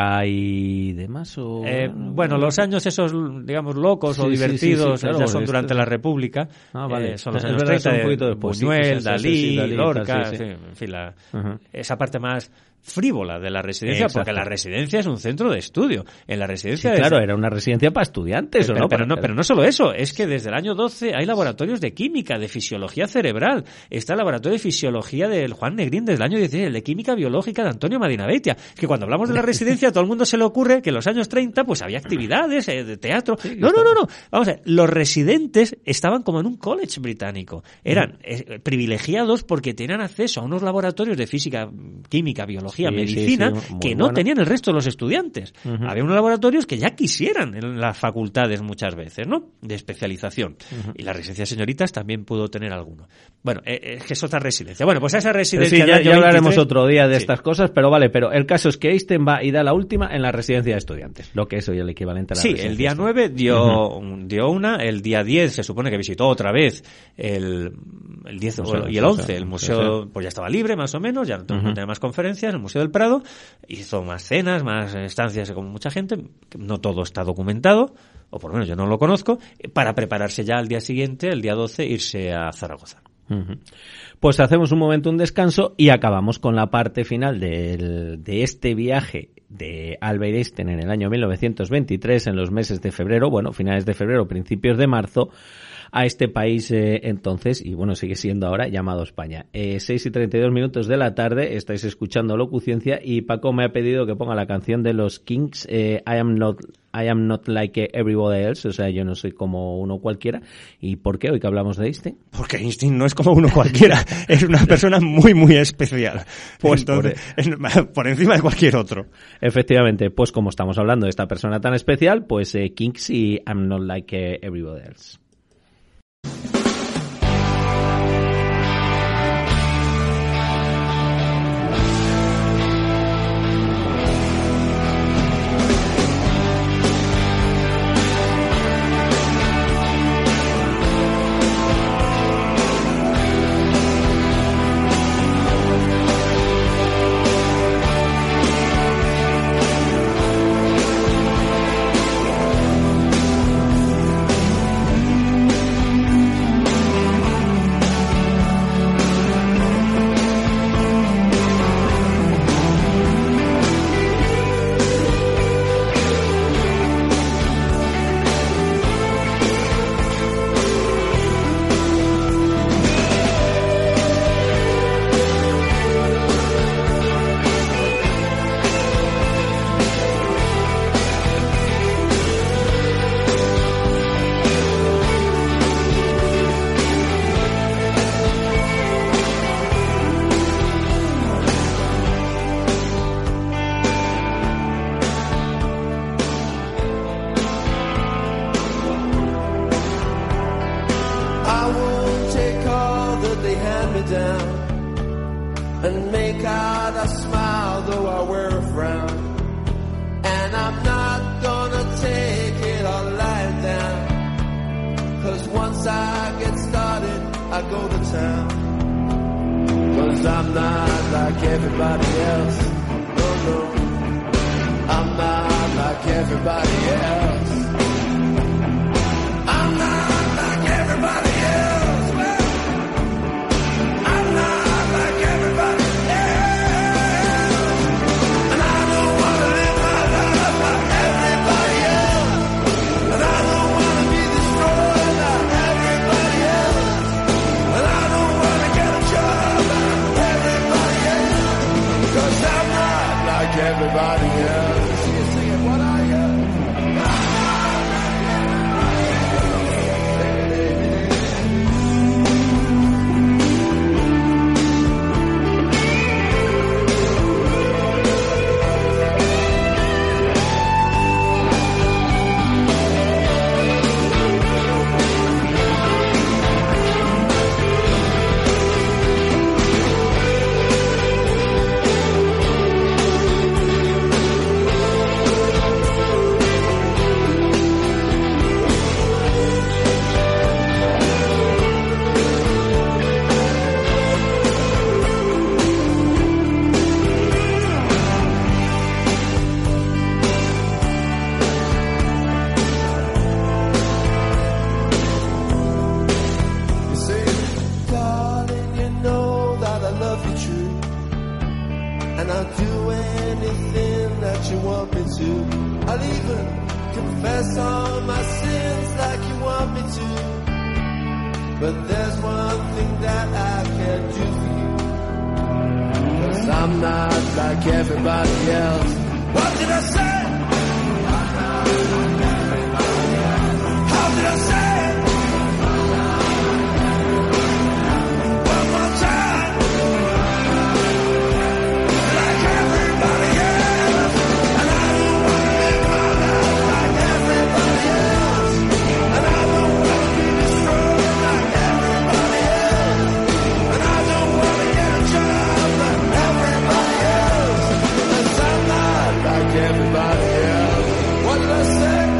y demás, o... Eh, bueno, los años esos, digamos, locos sí, o divertidos, sí, sí, sí, claro, ya son durante este... la República. Ah, vale. Eh, son los es años verdad, treinta, un poquito después, Buñuel, sí, Dalí, sí, Dalí, Lorca, sí, sí. en fin, la, uh-huh. esa parte más frívola de la residencia, Exacto. porque la residencia es un centro de estudio. En la residencia sí, es... claro, era una residencia para estudiantes, pero, ¿o no? Pero, para... no, pero no solo eso, es que desde el año doce hay laboratorios de química, de fisiología cerebral. Está el laboratorio de fisiología del Juan Negrín desde el año dieciséis, el de química biológica de Antonio Madinabeitia. Que cuando hablamos de la residencia, a todo el mundo se le ocurre que en los años treinta pues había actividades eh, de teatro. Sí, no, no, no, no. Vamos a ver, los residentes estaban como en un college británico. Eran eh, privilegiados porque tenían acceso a unos laboratorios de física, química, biología, sí, medicina, sí, sí, que no bueno. tenían el resto de los estudiantes. Uh-huh. Había unos laboratorios que ya quisieran en las facultades muchas veces, ¿no? De especialización. Uh-huh. Y la residencia de señoritas también pudo tener alguno. Bueno, eh, es que es otra residencia. Bueno, pues a esa residencia... Sí, ya, ya hablaremos veintitrés... otro día de sí. estas cosas, pero vale, pero el caso es que Einstein va y da la última en la residencia de estudiantes, lo que es hoy el equivalente a la sí, residencia. Sí, el día nueve dio, uh-huh. dio una, el día diez se supone que visitó otra vez el, el diez museo, y el once, el museo, pues ya estaba libre más o menos, ya no uh-huh. tenía más conferencias, el Museo del Prado, hizo más cenas, más estancias con mucha gente, no todo está documentado, o por lo menos yo no lo conozco, para prepararse ya al día siguiente, el día doce, irse a Zaragoza. Uh-huh. Pues hacemos un momento un descanso y acabamos con la parte final del, de este viaje de Albert Einstein en el año mil novecientos veintitrés, en los meses de febrero, bueno, finales de febrero, principios de marzo, a este país eh, entonces, y bueno, sigue siendo ahora, llamado España. Eh, seis y treinta y dos minutos de la tarde, estáis escuchando Locuciencia y Paco me ha pedido que ponga la canción de los Kings, eh, I am not I am not like everybody else, o sea, yo no soy como uno cualquiera. ¿Y por qué hoy que hablamos de Einstein? Porque Einstein no es como uno cualquiera, es una persona muy, muy especial. Pues Entonces, por, es, por encima de cualquier otro. Efectivamente, pues como estamos hablando de esta persona tan especial, pues eh, Kings y I'm not like eh, everybody else. Everybody else. What did I say?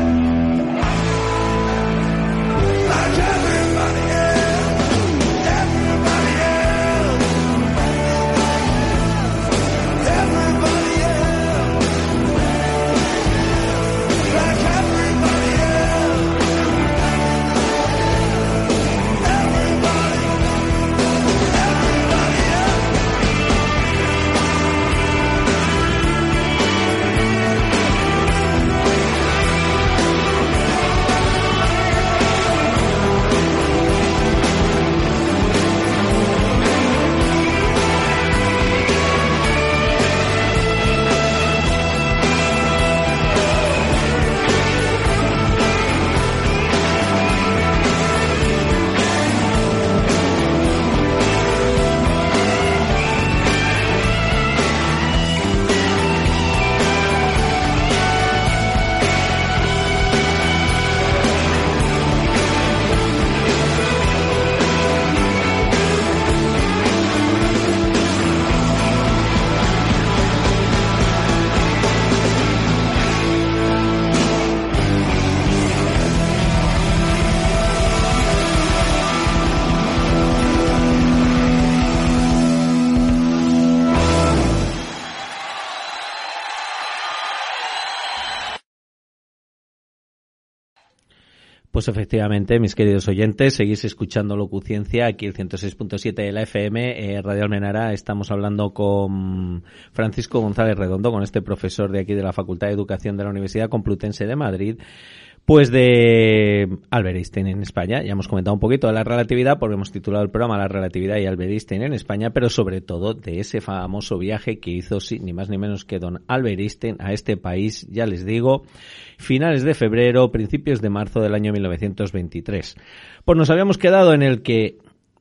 Pues efectivamente, mis queridos oyentes, seguís escuchando Locuciencia, aquí el ciento seis punto siete de la F M, eh, Radio Almenara. Estamos hablando con Francisco González Redondo, con este profesor de aquí de la Facultad de Educación de la Universidad Complutense de Madrid, pues de Albert Einstein en España. Ya hemos comentado un poquito de la relatividad, porque hemos titulado el programa La relatividad y Albert Einstein en España, pero sobre todo de ese famoso viaje que hizo, sí, ni más ni menos que don Albert Einstein a este país, ya les digo, finales de febrero, principios de marzo del año mil novecientos veintitrés. Pues nos habíamos quedado en el que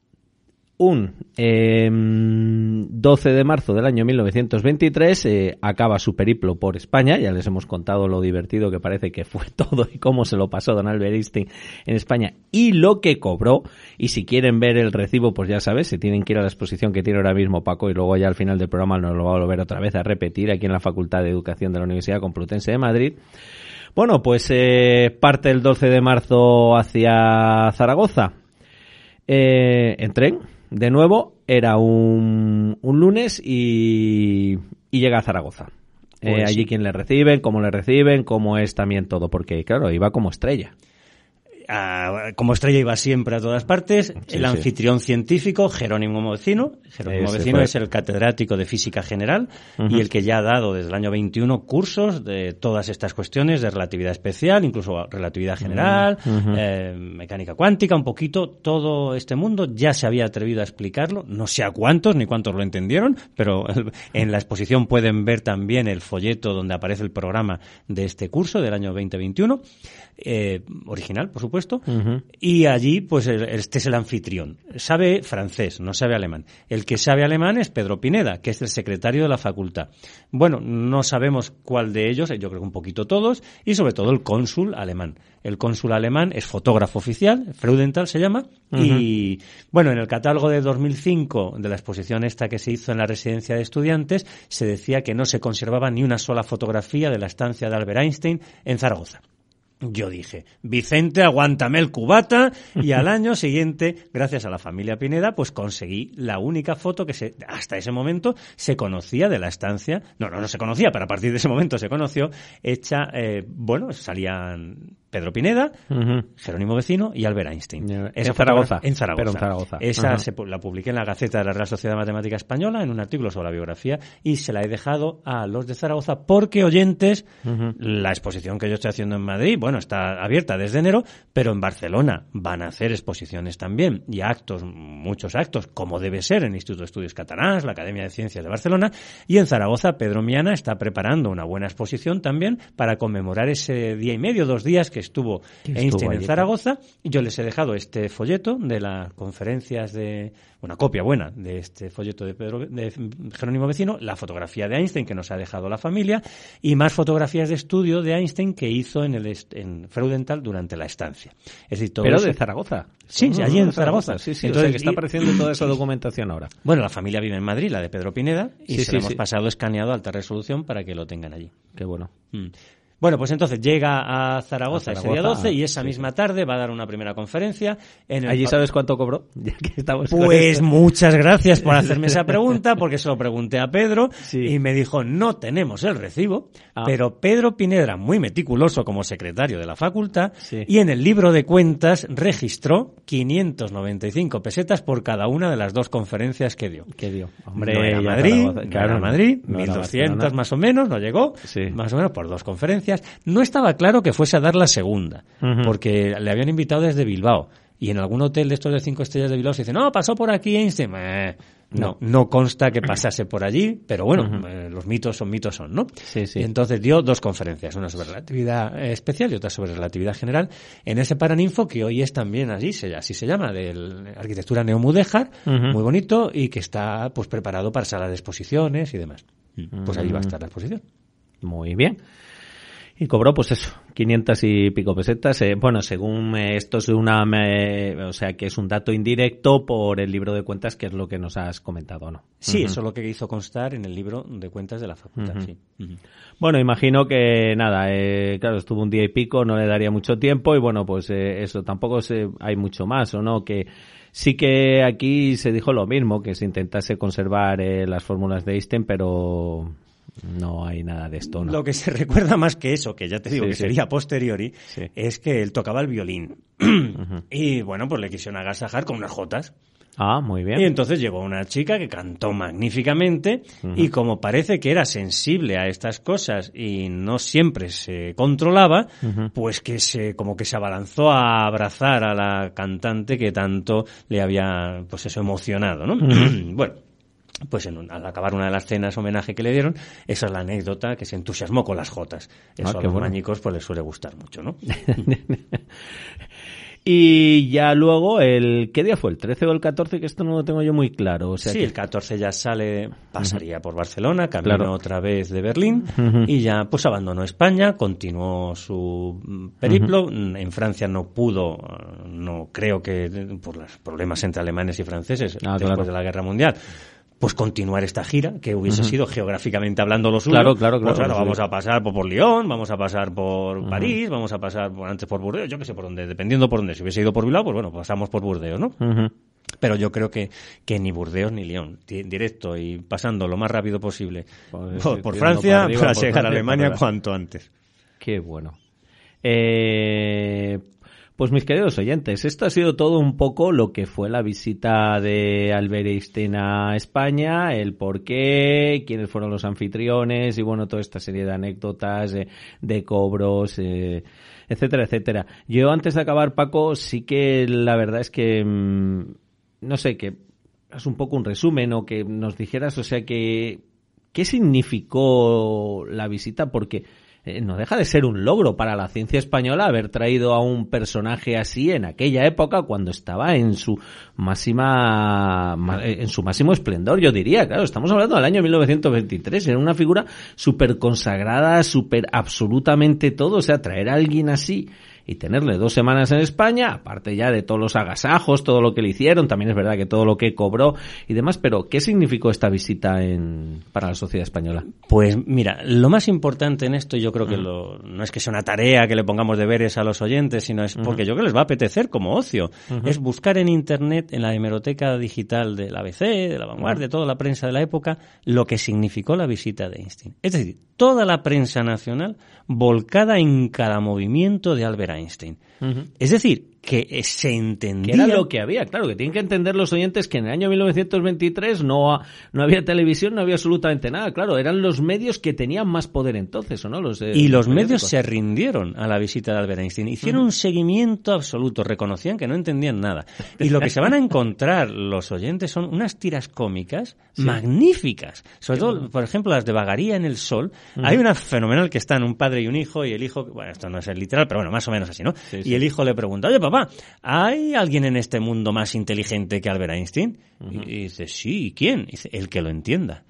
un eh, doce de marzo del año mil novecientos veintitrés eh, acaba su periplo por España. Ya les hemos contado lo divertido que parece que fue todo y cómo se lo pasó don Albert Einstein en España y lo que cobró. Y si quieren ver el recibo, pues ya sabes, se tienen que ir a la exposición que tiene ahora mismo Paco, y luego ya al final del programa nos lo va a volver otra vez a repetir aquí en la Facultad de Educación de la Universidad Complutense de Madrid. Bueno, pues eh, parte el doce de marzo hacia Zaragoza eh, en tren. De nuevo, era un, un lunes y, y llega a Zaragoza. Pues eh, allí quién le reciben, cómo le reciben, cómo es también todo, porque claro, iba como estrella. Uh, como estrella iba siempre a todas partes, sí, el anfitrión sí. científico, Jerónimo Mocino. Jerónimo Ese Mocino fue. Es el catedrático de Física General uh-huh. y el que ya ha dado desde el año veintiuno cursos de todas estas cuestiones de relatividad especial, incluso relatividad general, uh-huh. eh, mecánica cuántica, un poquito, todo este mundo ya se había atrevido a explicarlo, no sé a cuántos ni cuántos lo entendieron, pero en la exposición pueden ver también el folleto donde aparece el programa de este curso del año veinte veintiuno, eh, original, por supuesto. Uh-huh. Y allí, pues, este es el anfitrión. Sabe francés, no sabe alemán. El que sabe alemán es Pedro Pineda, que es el secretario de la facultad. Bueno, no sabemos cuál de ellos, yo creo que un poquito todos, y sobre todo el cónsul alemán. El cónsul alemán es fotógrafo oficial, Freudenthal se llama, uh-huh. y, bueno, en el catálogo de dos mil cinco de la exposición esta que se hizo en la residencia de estudiantes, se decía que no se conservaba ni una sola fotografía de la estancia de Albert Einstein en Zaragoza. Yo dije, Vicente, aguántame el cubata, y al año siguiente, gracias a la familia Pineda, pues conseguí la única foto que se, hasta ese momento se conocía de la estancia, no, no, no se conocía, pero a partir de ese momento se conoció, hecha, eh, bueno, salían Pedro Pineda, uh-huh. Jerónimo Vecino y Albert Einstein. En Esa Zaragoza. En Zaragoza. Pero en Zaragoza. Esa uh-huh. se, la publiqué en la Gaceta de la Real Sociedad Matemática Española en un artículo sobre la biografía y se la he dejado a los de Zaragoza porque, oyentes, uh-huh. la exposición que yo estoy haciendo en Madrid, bueno, está abierta desde enero, pero en Barcelona van a hacer exposiciones también y actos, muchos actos, como debe ser en el Instituto de Estudios Catalans, la Academia de Ciencias de Barcelona, y en Zaragoza Pedro Miana está preparando una buena exposición también para conmemorar ese día y medio, dos días que estuvo Einstein en Zaragoza. Y yo les he dejado este folleto de las conferencias de, una copia buena de este folleto de Pedro de Jerónimo Vecino, la fotografía de Einstein que nos ha dejado la familia y más fotografías de estudio de Einstein que hizo en el en Freudenthal durante la estancia. Es decir, todo Pero eso... de Zaragoza. Sí, sí, allí en Zaragoza. Sí, sí, entonces, o sea que está apareciendo toda esa documentación ahora. Bueno, la familia vive en Madrid, la de Pedro Pineda, y sí, se sí, lo hemos sí. pasado escaneado a alta resolución para que lo tengan allí. Qué bueno. Mm. Bueno, pues entonces llega a Zaragoza, a Zaragoza ese día doce y esa sí, misma tarde va a dar una primera conferencia. En el ¿Allí sabes cuánto cobró? Ya que estamos pues muchas gracias por hacerme esa pregunta, porque se lo pregunté a Pedro sí. y me dijo, no tenemos el recibo, ah. pero Pedro Pineda era muy meticuloso como secretario de la facultad sí. y en el libro de cuentas registró quinientas noventa y cinco pesetas por cada una de las dos conferencias que dio. ¿Qué dio? Hombre, no era Madrid, Zaragoza, claro, no era Madrid, no mil doscientas más o menos, no llegó, sí. más o menos por dos conferencias. No estaba claro que fuese a dar la segunda, uh-huh. porque le habían invitado desde Bilbao. Y en algún hotel de estos de cinco estrellas de Bilbao se dice, no, pasó por aquí Einstein. Eh, no, no consta que pasase por allí, pero bueno, uh-huh. eh, los mitos son mitos son, ¿no? Sí, sí. Y entonces dio dos conferencias, una sobre relatividad especial y otra sobre relatividad general, en ese Paraninfo que hoy es también allí, así se llama, de arquitectura neomudéjar, uh-huh. muy bonito, y que está pues preparado para salas de exposiciones y demás. Uh-huh. Pues allí va a estar la exposición. Muy bien. Y cobró, pues eso, quinientas y pico pesetas. Eh, bueno, según eh, esto es una, eh, o sea, que es un dato indirecto por el libro de cuentas, que es lo que nos has comentado, ¿no? Sí, uh-huh. eso es lo que hizo constar en el libro de cuentas de la facultad, uh-huh. sí. Uh-huh. Bueno, imagino que, nada, eh, claro, estuvo un día y pico, no le daría mucho tiempo y bueno, pues eh, eso, tampoco se, hay mucho más, ¿o no? Que sí que aquí se dijo lo mismo, que se intentase conservar eh, las fórmulas de Einstein, pero... no hay nada de esto, ¿no? Lo que se recuerda más que eso, que ya te digo sí, que sí. sería posteriori, sí. es que él tocaba el violín. Uh-huh. Y bueno, pues le quisieron agasajar con unas jotas. Ah, muy bien. Y entonces llegó una chica que cantó magníficamente uh-huh. y como parece que era sensible a estas cosas y no siempre se controlaba, uh-huh. pues que se como que se abalanzó a abrazar a la cantante que tanto le había, pues eso, emocionado, ¿no? Uh-huh. Bueno, pues en un, al acabar una de las cenas homenaje que le dieron, esa es la anécdota, que se entusiasmó con las jotas. Eso ah, a los bueno. mañicos pues les suele gustar mucho, ¿no? Y ya luego, el ¿qué día fue? ¿El trece o el catorce? Que esto no lo tengo yo muy claro. O sea sí, que... el catorce ya sale, pasaría uh-huh. por Barcelona, camino claro. otra vez de Berlín, uh-huh. y ya pues abandonó España, continuó su periplo. Uh-huh. En Francia no pudo, no creo que por los problemas entre alemanes y franceses ah, después claro. de la Guerra Mundial, pues continuar esta gira, que hubiese uh-huh. sido geográficamente hablando lo suyo. Claro, claro, claro. Pues claro, sí. vamos a pasar por, por Lyon, vamos a pasar por uh-huh. París, vamos a pasar por, antes por Burdeos, yo qué sé por dónde, dependiendo por dónde. Si hubiese ido por Bilbao, pues bueno, pasamos por Burdeos, ¿no? Uh-huh. Pero yo creo que, que ni Burdeos ni Lyon, directo y pasando lo más rápido posible pues, por, por Francia para, arriba, para por llegar Francia, a Alemania para cuanto antes. Qué bueno. Eh... Pues mis queridos oyentes, esto ha sido todo un poco lo que fue la visita de Albert Einstein a España, el por qué, quiénes fueron los anfitriones y bueno, toda esta serie de anécdotas, de, de cobros, eh, etcétera, etcétera. Yo antes de acabar, Paco, sí que la verdad es que, mmm, no sé, que es un poco un resumen o que nos dijeras, o sea, que ¿qué significó la visita? Porque Eh, no deja de ser un logro para la ciencia española haber traído a un personaje así en aquella época cuando estaba en su máxima en su máximo esplendor, yo diría. Claro, estamos hablando del año mil novecientos veintitrés, era una figura súper consagrada, súper absolutamente todo, o sea, traer a alguien así y tenerle dos semanas en España, aparte ya de todos los agasajos, todo lo que le hicieron, también es verdad que todo lo que cobró y demás, pero ¿qué significó esta visita en, para la sociedad española? Pues mira, lo más importante en esto, yo creo que uh-huh. lo, no es que sea una tarea que le pongamos deberes a los oyentes, sino es porque uh-huh. yo creo que les va a apetecer como ocio, uh-huh. es buscar en internet, en la hemeroteca digital del A B C, de La Vanguardia, uh-huh. toda la prensa de la época, lo que significó la visita de Einstein. Es decir, toda la prensa nacional volcada en cada movimiento de Albert Einstein. Uh-huh. Es decir, que se entendía... Que era lo que había, claro, que tienen que entender los oyentes que en el año mil novecientos veintitrés no, no había televisión, no había absolutamente nada. Claro, eran los medios que tenían más poder entonces, ¿o no? Los, eh, y los, los medios se rindieron a la visita de Albert Einstein. Hicieron uh-huh. un seguimiento absoluto, reconocían que no entendían nada. Y lo que se van a encontrar los oyentes son unas tiras cómicas sí. magníficas. Sobre Qué todo, bueno. por ejemplo, las de Vagaría en el Sol. Uh-huh. Hay una fenomenal que están un padre y un hijo, y el hijo, bueno, esto no es el literal, pero bueno, más o menos así, ¿no? Sí, sí. Y el hijo le pregunta, oye, papá, ¿hay alguien en este mundo más inteligente que Albert Einstein? Uh-huh. Y dice, sí, ¿quién? Y dice, el que lo entienda.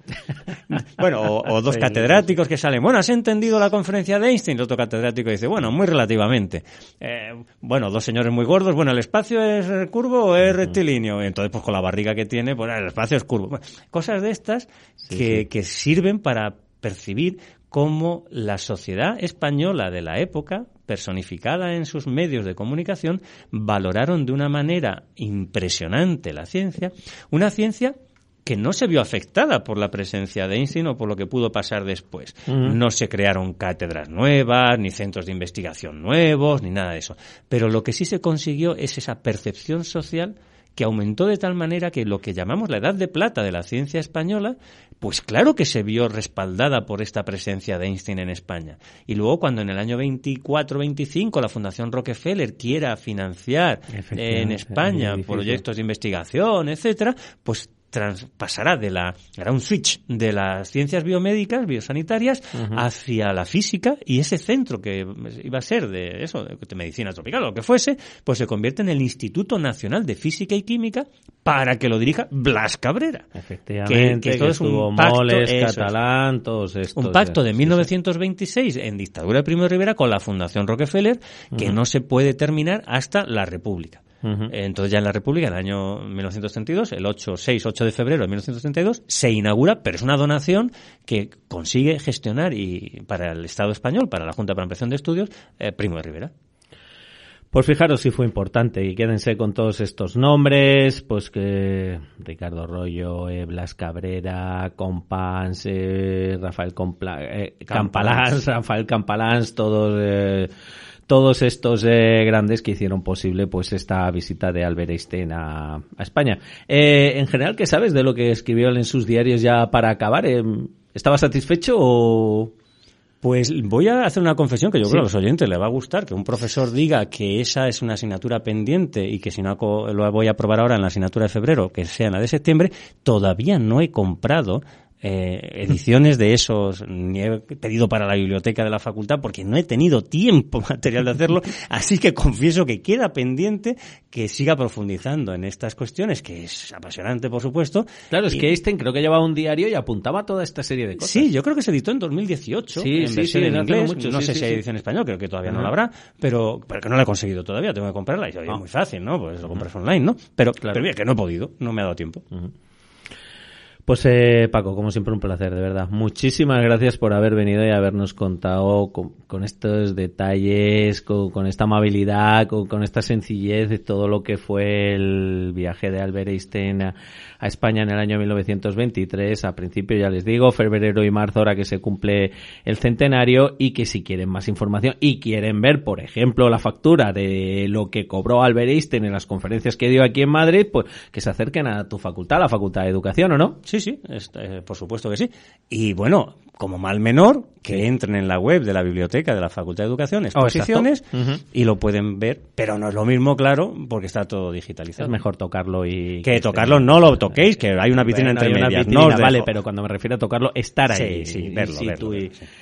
Bueno, o, o dos sí, catedráticos que salen, bueno, ¿has entendido la conferencia de Einstein? El otro catedrático dice, bueno, muy relativamente. Eh, bueno, dos señores muy gordos, bueno, ¿el espacio es curvo o es rectilíneo? Y entonces, pues con la barriga que tiene, pues el espacio es curvo. Bueno, cosas de estas sí, que, sí. que sirven para percibir cómo la sociedad española de la época, personificada en sus medios de comunicación, valoraron de una manera impresionante la ciencia, una ciencia que no se vio afectada por la presencia de Einstein o por lo que pudo pasar después. Uh-huh. No se crearon cátedras nuevas, ni centros de investigación nuevos, ni nada de eso. Pero lo que sí se consiguió es esa percepción social que aumentó de tal manera que lo que llamamos la edad de plata de la ciencia española, pues claro que se vio respaldada por esta presencia de Einstein en España. Y luego cuando en el año veinticuatro veinticinco la Fundación Rockefeller quiera financiar en España proyectos de investigación, etcétera, pues Trans, pasará de la, hará un switch de las ciencias biomédicas, biosanitarias, uh-huh. hacia la física, y ese centro que iba a ser de eso, de medicina tropical o lo que fuese, pues se convierte en el Instituto Nacional de Física y Química para que lo dirija Blas Cabrera. Efectivamente, que, que, que es un pacto, Moles, Catalán, es, todos estos. Un pacto de mil novecientos veintiséis en dictadura de Primo de Rivera con la Fundación Rockefeller que uh-huh. no se puede terminar hasta la República. Uh-huh. Entonces ya en la República, en el año mil novecientos treinta y dos, el ocho, seis, ocho de febrero de mil novecientos treinta y dos, se inaugura, pero es una donación que consigue gestionar y para el Estado español, para la Junta para la Ampliación de Estudios, eh, Primo de Rivera. Pues fijaros si fue importante y quédense con todos estos nombres, pues que Ricardo Rollo, eh, Blas Cabrera, Compans, eh, Rafael Compla, eh, Campalans, Rafael Campalans, todos eh, todos estos eh, grandes que hicieron posible pues esta visita de Albert Einstein a, a España. Eh, en general, ¿qué sabes de lo que escribió él en sus diarios ya para acabar? Eh, ¿Estaba satisfecho o...? Pues voy a hacer una confesión que yo sí. creo que a los oyentes les va a gustar, que un profesor diga que esa es una asignatura pendiente y que si no lo voy a aprobar ahora en la asignatura de febrero, que sea en la de septiembre. Todavía no he comprado eh, ediciones de esos, ni he pedido para la biblioteca de la facultad porque no he tenido tiempo material de hacerlo, así que confieso que queda pendiente que siga profundizando en estas cuestiones, que es apasionante, por supuesto. Claro, es y... que Einstein creo que llevaba un diario y apuntaba toda esta serie de cosas. Sí, yo creo que se editó en dos mil dieciocho, sí, en sí, versión sí, en inglés. Mucho, no sí, sé sí, si hay sí. edición en español, creo que todavía uh-huh. no la habrá, pero, pero que no la he conseguido todavía, tengo que comprarla. Y oye, ah. es muy fácil, ¿no? Pues lo compras uh-huh. online, ¿no? Pero, claro. pero bien, que no he podido, no me ha dado tiempo. Uh-huh. Pues eh, Paco, como siempre un placer, de verdad. Muchísimas gracias por haber venido y habernos contado con, con estos detalles, con, con esta amabilidad, con, con esta sencillez de todo lo que fue el viaje de Albert Einstein a, a España en el año mil novecientos veintitrés. A principio, ya les digo, febrero y marzo, ahora que se cumple el centenario, y que si quieren más información y quieren ver, por ejemplo, la factura de lo que cobró Albert Einstein en las conferencias que dio aquí en Madrid, pues que se acerquen a tu facultad, a la Facultad de Educación, ¿o no? Sí, sí, es, eh, por supuesto que sí. Y bueno, como mal menor, que sí. entren en la web de la biblioteca de la Facultad de Educación, exposiciones, oh, uh-huh. y lo pueden ver, pero no es lo mismo, claro, porque está todo digitalizado. Es mejor tocarlo y... Que, que tocarlo se... no lo toquéis, que hay una vitrina bueno, entre hay medias. Una vitrina, no vale, dejo. Pero cuando me refiero a tocarlo, estar sí, ahí. Sí, verlo, sí, verlo, y, verlo sí.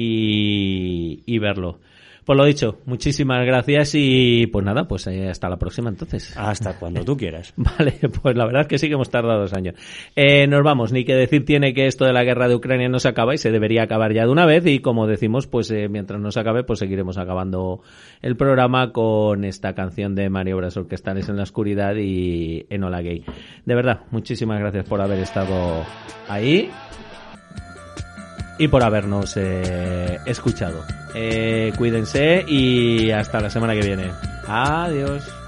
y, y verlo. Pues lo dicho, muchísimas gracias y pues nada, pues eh, hasta la próxima entonces. Hasta cuando tú quieras. Vale, pues la verdad es que sí que hemos tardado dos años. Eh, nos vamos, ni que decir tiene que esto de la guerra de Ucrania no se acaba y se debería acabar ya de una vez, y como decimos, pues eh, mientras no se acabe, pues seguiremos acabando el programa con esta canción de Maniobras Orquestales en la Oscuridad y Enola Gay. De verdad, muchísimas gracias por haber estado ahí y por habernos eh, escuchado. Eh, cuídense y hasta la semana que viene. Adiós.